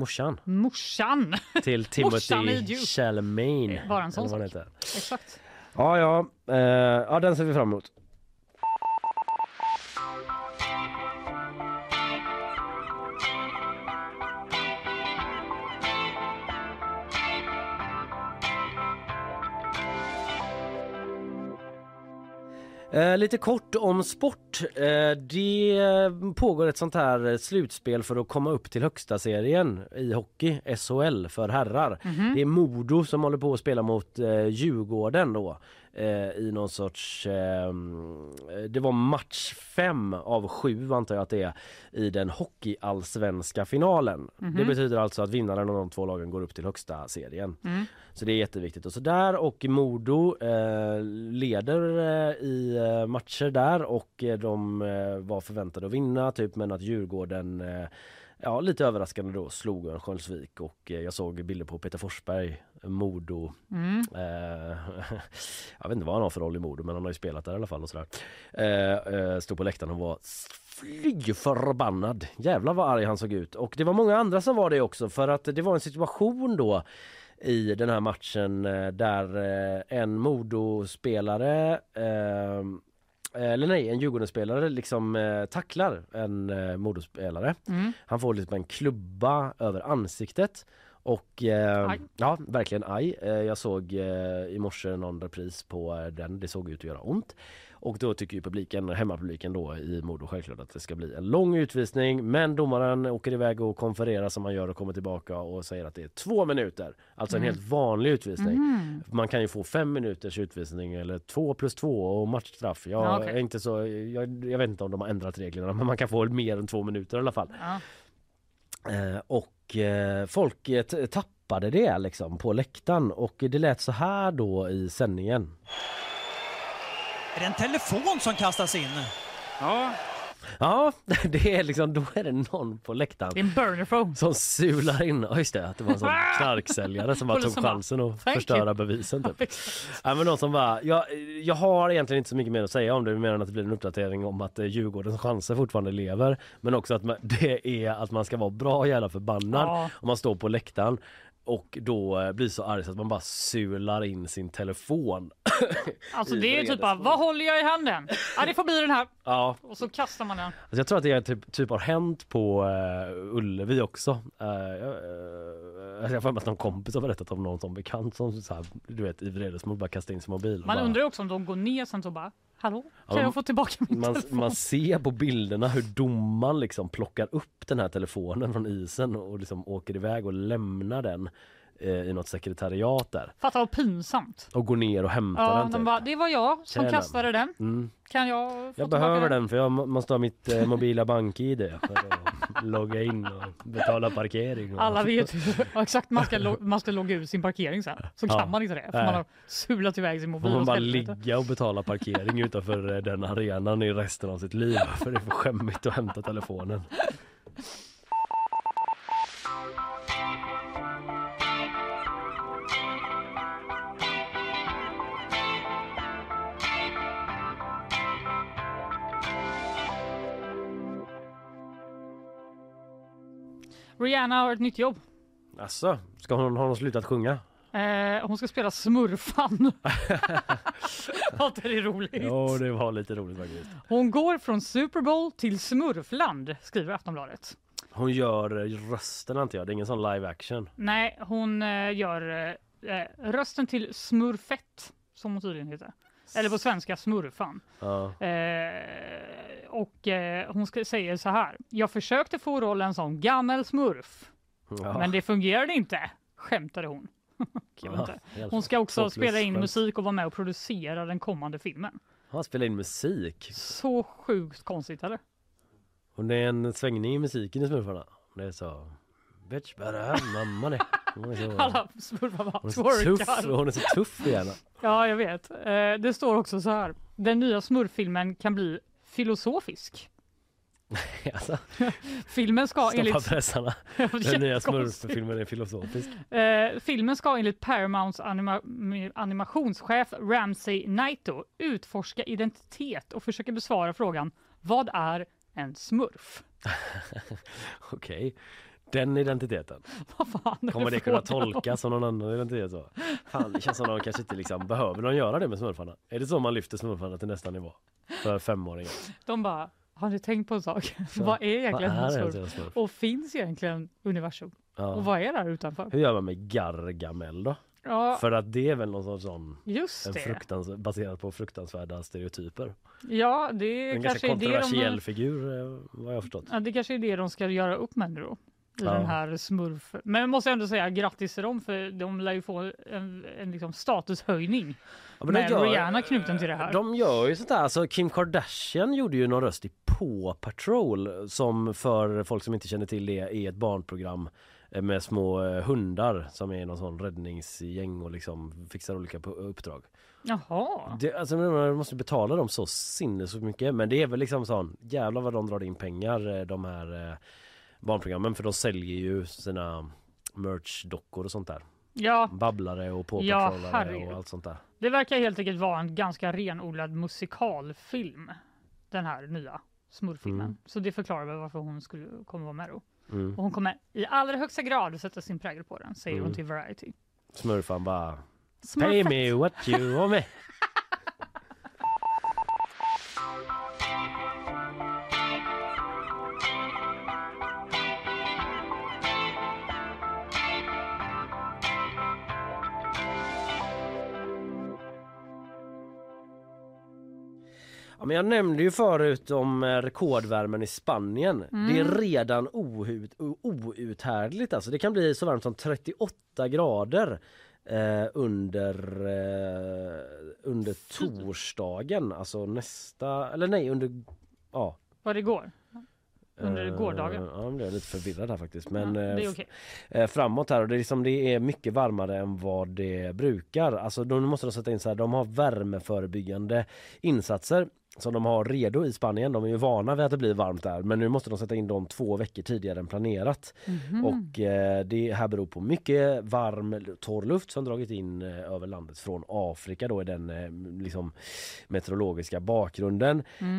Morsan! Till Timothy Chalamet. Bara en sån sak. Exakt. Ja, den ser vi fram emot. Lite kort om sport. Det pågår ett sånt här slutspel för att komma upp till högsta serien i hockey, SHL för herrar. Det är Modo som håller på att spela mot Djurgården då. I någon sorts det var match 5 av 7 antar jag att det är i den hockeyallsvenska finalen. Det betyder alltså att vinnaren av de 2 lagen går upp till högsta serien. Så det är jätteviktigt. Och så där, och Modo leder i matcher där och de var förväntade att vinna typ, men att Djurgården lite överraskande då slog Örnsköldsvik, och jag såg bilder på Peter Forsberg, Modo. Jag vet inte vad han har för roll i Modo, men han har ju spelat där i alla fall och sådär. Stod på läktaren och var fly förbannad. Jävlar vad arg han såg ut. Och det var många andra som var det också, för att det var en situation då i den här matchen där en Modo-spelare en Djurgården-spelare liksom tacklar en Modo-spelare. Han får liksom en klubba över ansiktet och ja, verkligen aj. Jag såg i morse någon repris på den, det såg ut att göra ont. Och då tycker ju publiken, hemmapubliken då i Modo självklart att det ska bli en lång utvisning, men domaren åker iväg och konfererar som man gör och kommer tillbaka och säger att det är 2 minuter. Alltså en helt vanlig utvisning. Man kan ju få 5 minuters utvisning eller 2 + 2 och matchstraff. Jag är inte så, jag vet inte om de har ändrat reglerna, men man kan få mer än 2 minuter i alla fall. Och folk stoppade det liksom på läktaren, och det lät så här då i sändningen. Är det en telefon som kastas in? Ja, det är liksom, då är det någon på läktaren. Det är en burnerphone som sular in. Ja, just det, att det var en sån knarksäljare som bara tog chansen att förstöra bevisen typ. Ja, men någon som bara, jag har egentligen inte så mycket mer att säga om det, mer än att det blir en uppdatering om att Djurgårdens chanser fortfarande lever, men också att det är att man ska vara bra jävla förbannad om man står på läktaren och då blir så arg så att man bara sular in sin telefon. Alltså det är typ bara, vad håller jag i handen? Ja, det får bli den här. Ja. Och så kastar man den. Alltså jag tror att det typ har hänt på Ullevi också. Jag får att någon kompis har berättat om någon som bekant som så här, du vet, i vredesmod bara kastar in sin mobil. Man bara... undrar också om de går ner sen så bara, hallå, kan jag få tillbaka min telefon? Man ser på bilderna hur domaren liksom plockar upp den här telefonen från isen och liksom åker iväg och lämnar den i något sekretariat där. Fattar vad pinsamt. Och går ner och hämtar den. De bara, det var jag som kastade den. Kan jag få Jag behöver den för jag måste ha mitt mobila bank-ID för att logga in och betala parkering. Alla vet exakt, man ska logga ut sin parkering sen. Så kan man inte det, för man har sulat iväg sin mobil. Man bara ligga och betala parkering utanför den arenan i resten av sitt liv. För det är för skämmigt att hämta telefonen. Rihanna har ett nytt jobb. Alltså, har hon slutat sjunga? Hon ska spela Smurfan. Var inte det roligt? Jo, det var lite roligt faktiskt. Hon går från Super Bowl till Smurfland, skriver Aftonbladet. Hon gör rösten, antar jag. Det är ingen sån live action. Nej, hon gör rösten till Smurfett, som hon tydligen heter. Eller på svenska Smurfan. Ja. Hon säger så här: jag försökte få rollen som gammal smurf. Ja. Men det fungerade inte, skämtade hon. Hon ska också spela in musik och vara med och producera den kommande filmen. Han spelar in musik? Så sjukt konstigt, eller? Hon är en svängning i musiken i Smurfarna. Det är så... Bitch, bara mamma det. Alla smurfar bara hon är så tuff igen. Ja, jag vet. Det står också så här: den nya smurffilmen kan bli filosofisk. Alltså. Filmen ska enligt pressarna. Den nya smurffilmen är filosofisk. Filmen ska enligt Paramounts animationschef Ramsey Naito utforska identitet och försöka besvara frågan: vad är en smurf? Okej. Den identiteten. Vad fan kommer det kunna tolkas som någon annan identitet så? Fan, det känns som att de kanske inte liksom behöver de göra det med smurfarna. Är det så man lyfter smurfarna till nästa nivå? För 5-åringar. De bara, har ni tänkt på en sak? Vad är egentligen en smurf? Och finns egentligen universum? Ja. Och vad är där utanför? Hur gör man med Gargamel då? Ja. För att det är väl någon sån just det. Baserat på fruktansvärda stereotyper. Ja, det är en kanske ganska kontroversiell figur, vad jag har förstått. Ja, det kanske är det de ska göra upp med då. I den här smurf. Men jag måste ändå säga grattis till dem, för de lär ju få en liksom statushöjning med Rihanna knuten till det här. De gör ju sånt där. Alltså Kim Kardashian gjorde ju någon röst i Paw Patrol, som för folk som inte känner till det är ett barnprogram med små hundar som är någon sån räddningsgäng och liksom fixar olika uppdrag. Jaha. Alltså man måste betala dem så sinnes mycket, men det är väl liksom sån jävlar vad de drar in pengar, de här barnprogrammen, för de säljer ju sina merch-dockor och sånt där. Ja. Babblare och påpatrollare och allt sånt där. Det verkar helt enkelt vara en ganska renodlad musikalfilm, den här nya smurfilmen. Så det förklarar väl varför hon kommer vara med då. Och hon kommer i allra högsta grad sätta sin prägel på den, säger hon till Variety. Smurfan bara, pay me what you want me. Ja, men jag nämnde ju förut om rekordvärmen i Spanien. Det är redan outhärdligt. Alltså. Det kan bli så varmt som 38 grader under torsdagen. Alltså under... Ja. Vad det går? under gårdagen. Ja, det är lite förvirrad här faktiskt. Men det är okej. Framåt här, och det är mycket varmare än vad det brukar. Alltså då måste de sätta in så här, de har värmeförebyggande insatser som de har redo i Spanien. De är ju vana vid att det blir varmt där, men nu måste de sätta in dem 2 veckor tidigare än planerat. Och det här beror på mycket varm torr luft som dragit in över landet från Afrika då, i den liksom meteorologiska bakgrunden.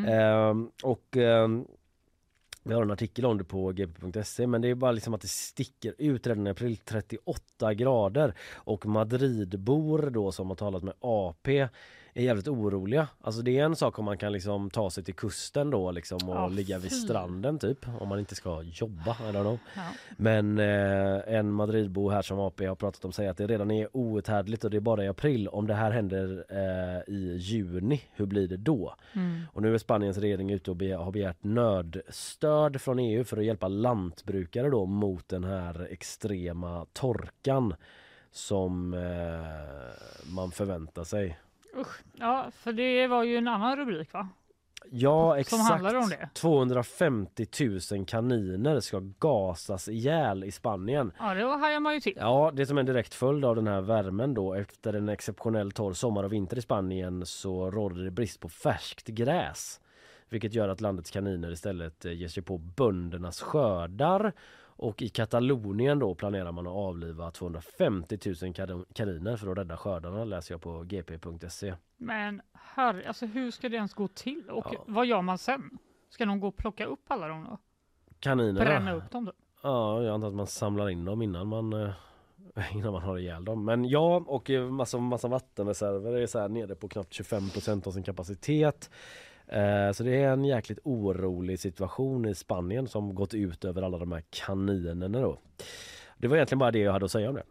Vi har en artikel om det på gp.se, men det är bara liksom att det sticker ut redan i april 38 grader, och Madridbor då som har talat med AP är jävligt oroliga. Alltså det är en sak om man kan liksom ta sig till kusten då liksom och ligga vid stranden typ, om man inte ska jobba, I don't know. Ja. Men en Madridbo här som AP har pratat om säger att det redan är outhärdligt, och det är bara i april. Om det här händer i juni, hur blir det då? Och nu är Spaniens regering ute och har begärt nödstöd från EU för att hjälpa lantbrukare då mot den här extrema torkan som man förväntar sig. Usch. Ja, för det var ju en annan rubrik, va? Ja, exakt. Som handlar om det. 250 000 kaniner ska gasas ihjäl i Spanien. Ja, det hajar man ju till. Ja, det är som en direkt följd av den här värmen då. Efter en exceptionell torr sommar och vinter i Spanien så råder det brist på färskt gräs. Vilket gör att landets kaniner istället ger sig på böndernas skördar. Och i Katalonien då planerar man att avliva 250 000 kaniner för att rädda skördarna, läser jag på gp.se. Men alltså hur ska det ens gå till? Och vad gör man sen? Ska någon gå och plocka upp alla dem då? Kaninerna? Bränna upp dem då? Ja, jag antar att man samlar in dem innan man har ihjäl dem. Men ja, och massa vattenreserver är så här nere på knappt 25% av sin kapacitet. Så det är en jäkligt orolig situation i Spanien som gått ut över alla de här kaninerna då. Det var egentligen bara det jag hade att säga om det.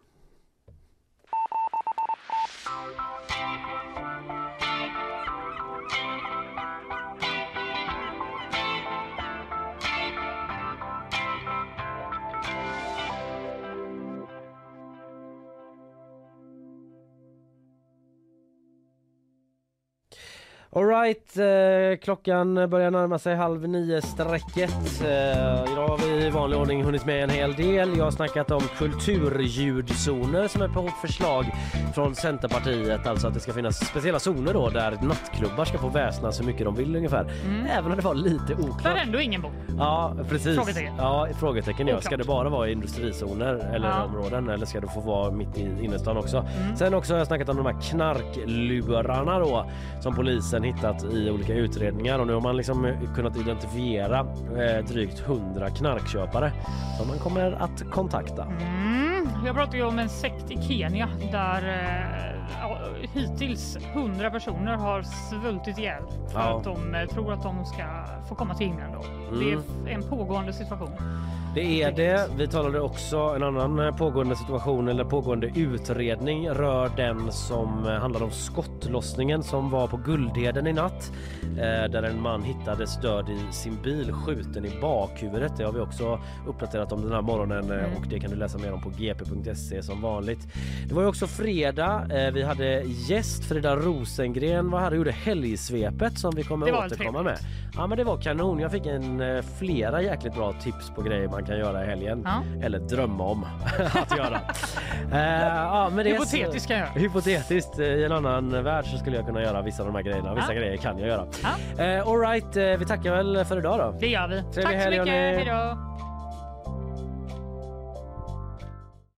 All right, klockan börjar närma sig 8:30-strecket. Idag har vi i vanlig ordning hunnit med en hel del. Jag har snackat om kulturljudzoner som är på förslag från Centerpartiet. Alltså att det ska finnas speciella zoner då där nattklubbar ska få väsna så mycket de vill ungefär. Även om det var lite oklart. Där ändå ingen bor. Ja, precis. Frågetecken. Ja, frågetecken. Ja. Ska det bara vara i industrizoner eller områden, eller ska det få vara mitt i innerstan också? Sen också har jag snackat om de här knarklurarna då som polisen hittat i olika utredningar, och nu har man liksom kunnat identifiera drygt 100 knarkköpare som man kommer att kontakta. Jag pratade ju om en sekt i Kenya där hittills 100 personer har svultit ihjäl för att de tror att de ska få komma till himlen då. Det är en pågående situation. Det är det. Vi talade också en annan pågående situation eller pågående utredning rör den som handlar om skottlossningen som var på Guldheden i natt. Där en man hittades död i sin bil, skjuten i bakhuvudet. Det har vi också uppdaterat om den här morgonen och det kan du läsa mer om på gp.se som vanligt. Det var ju också fredag. Vi hade gäst, Frida Rosengren var här och gjorde helgsvepet som vi kommer att återkomma med. Ja, men det var kanon. Jag fick flera jäkligt bra tips på grejer man kan göra i helgen. Eller drömma om att göra. Men hypotetiskt kan jag göra. Hypotetiskt, i en annan värld så skulle jag kunna göra vissa av de här grejerna. Vissa grejer kan jag göra. All right, vi tackar väl för idag då. Det gör vi. Trevlig Tack så helg, mycket. Hej då.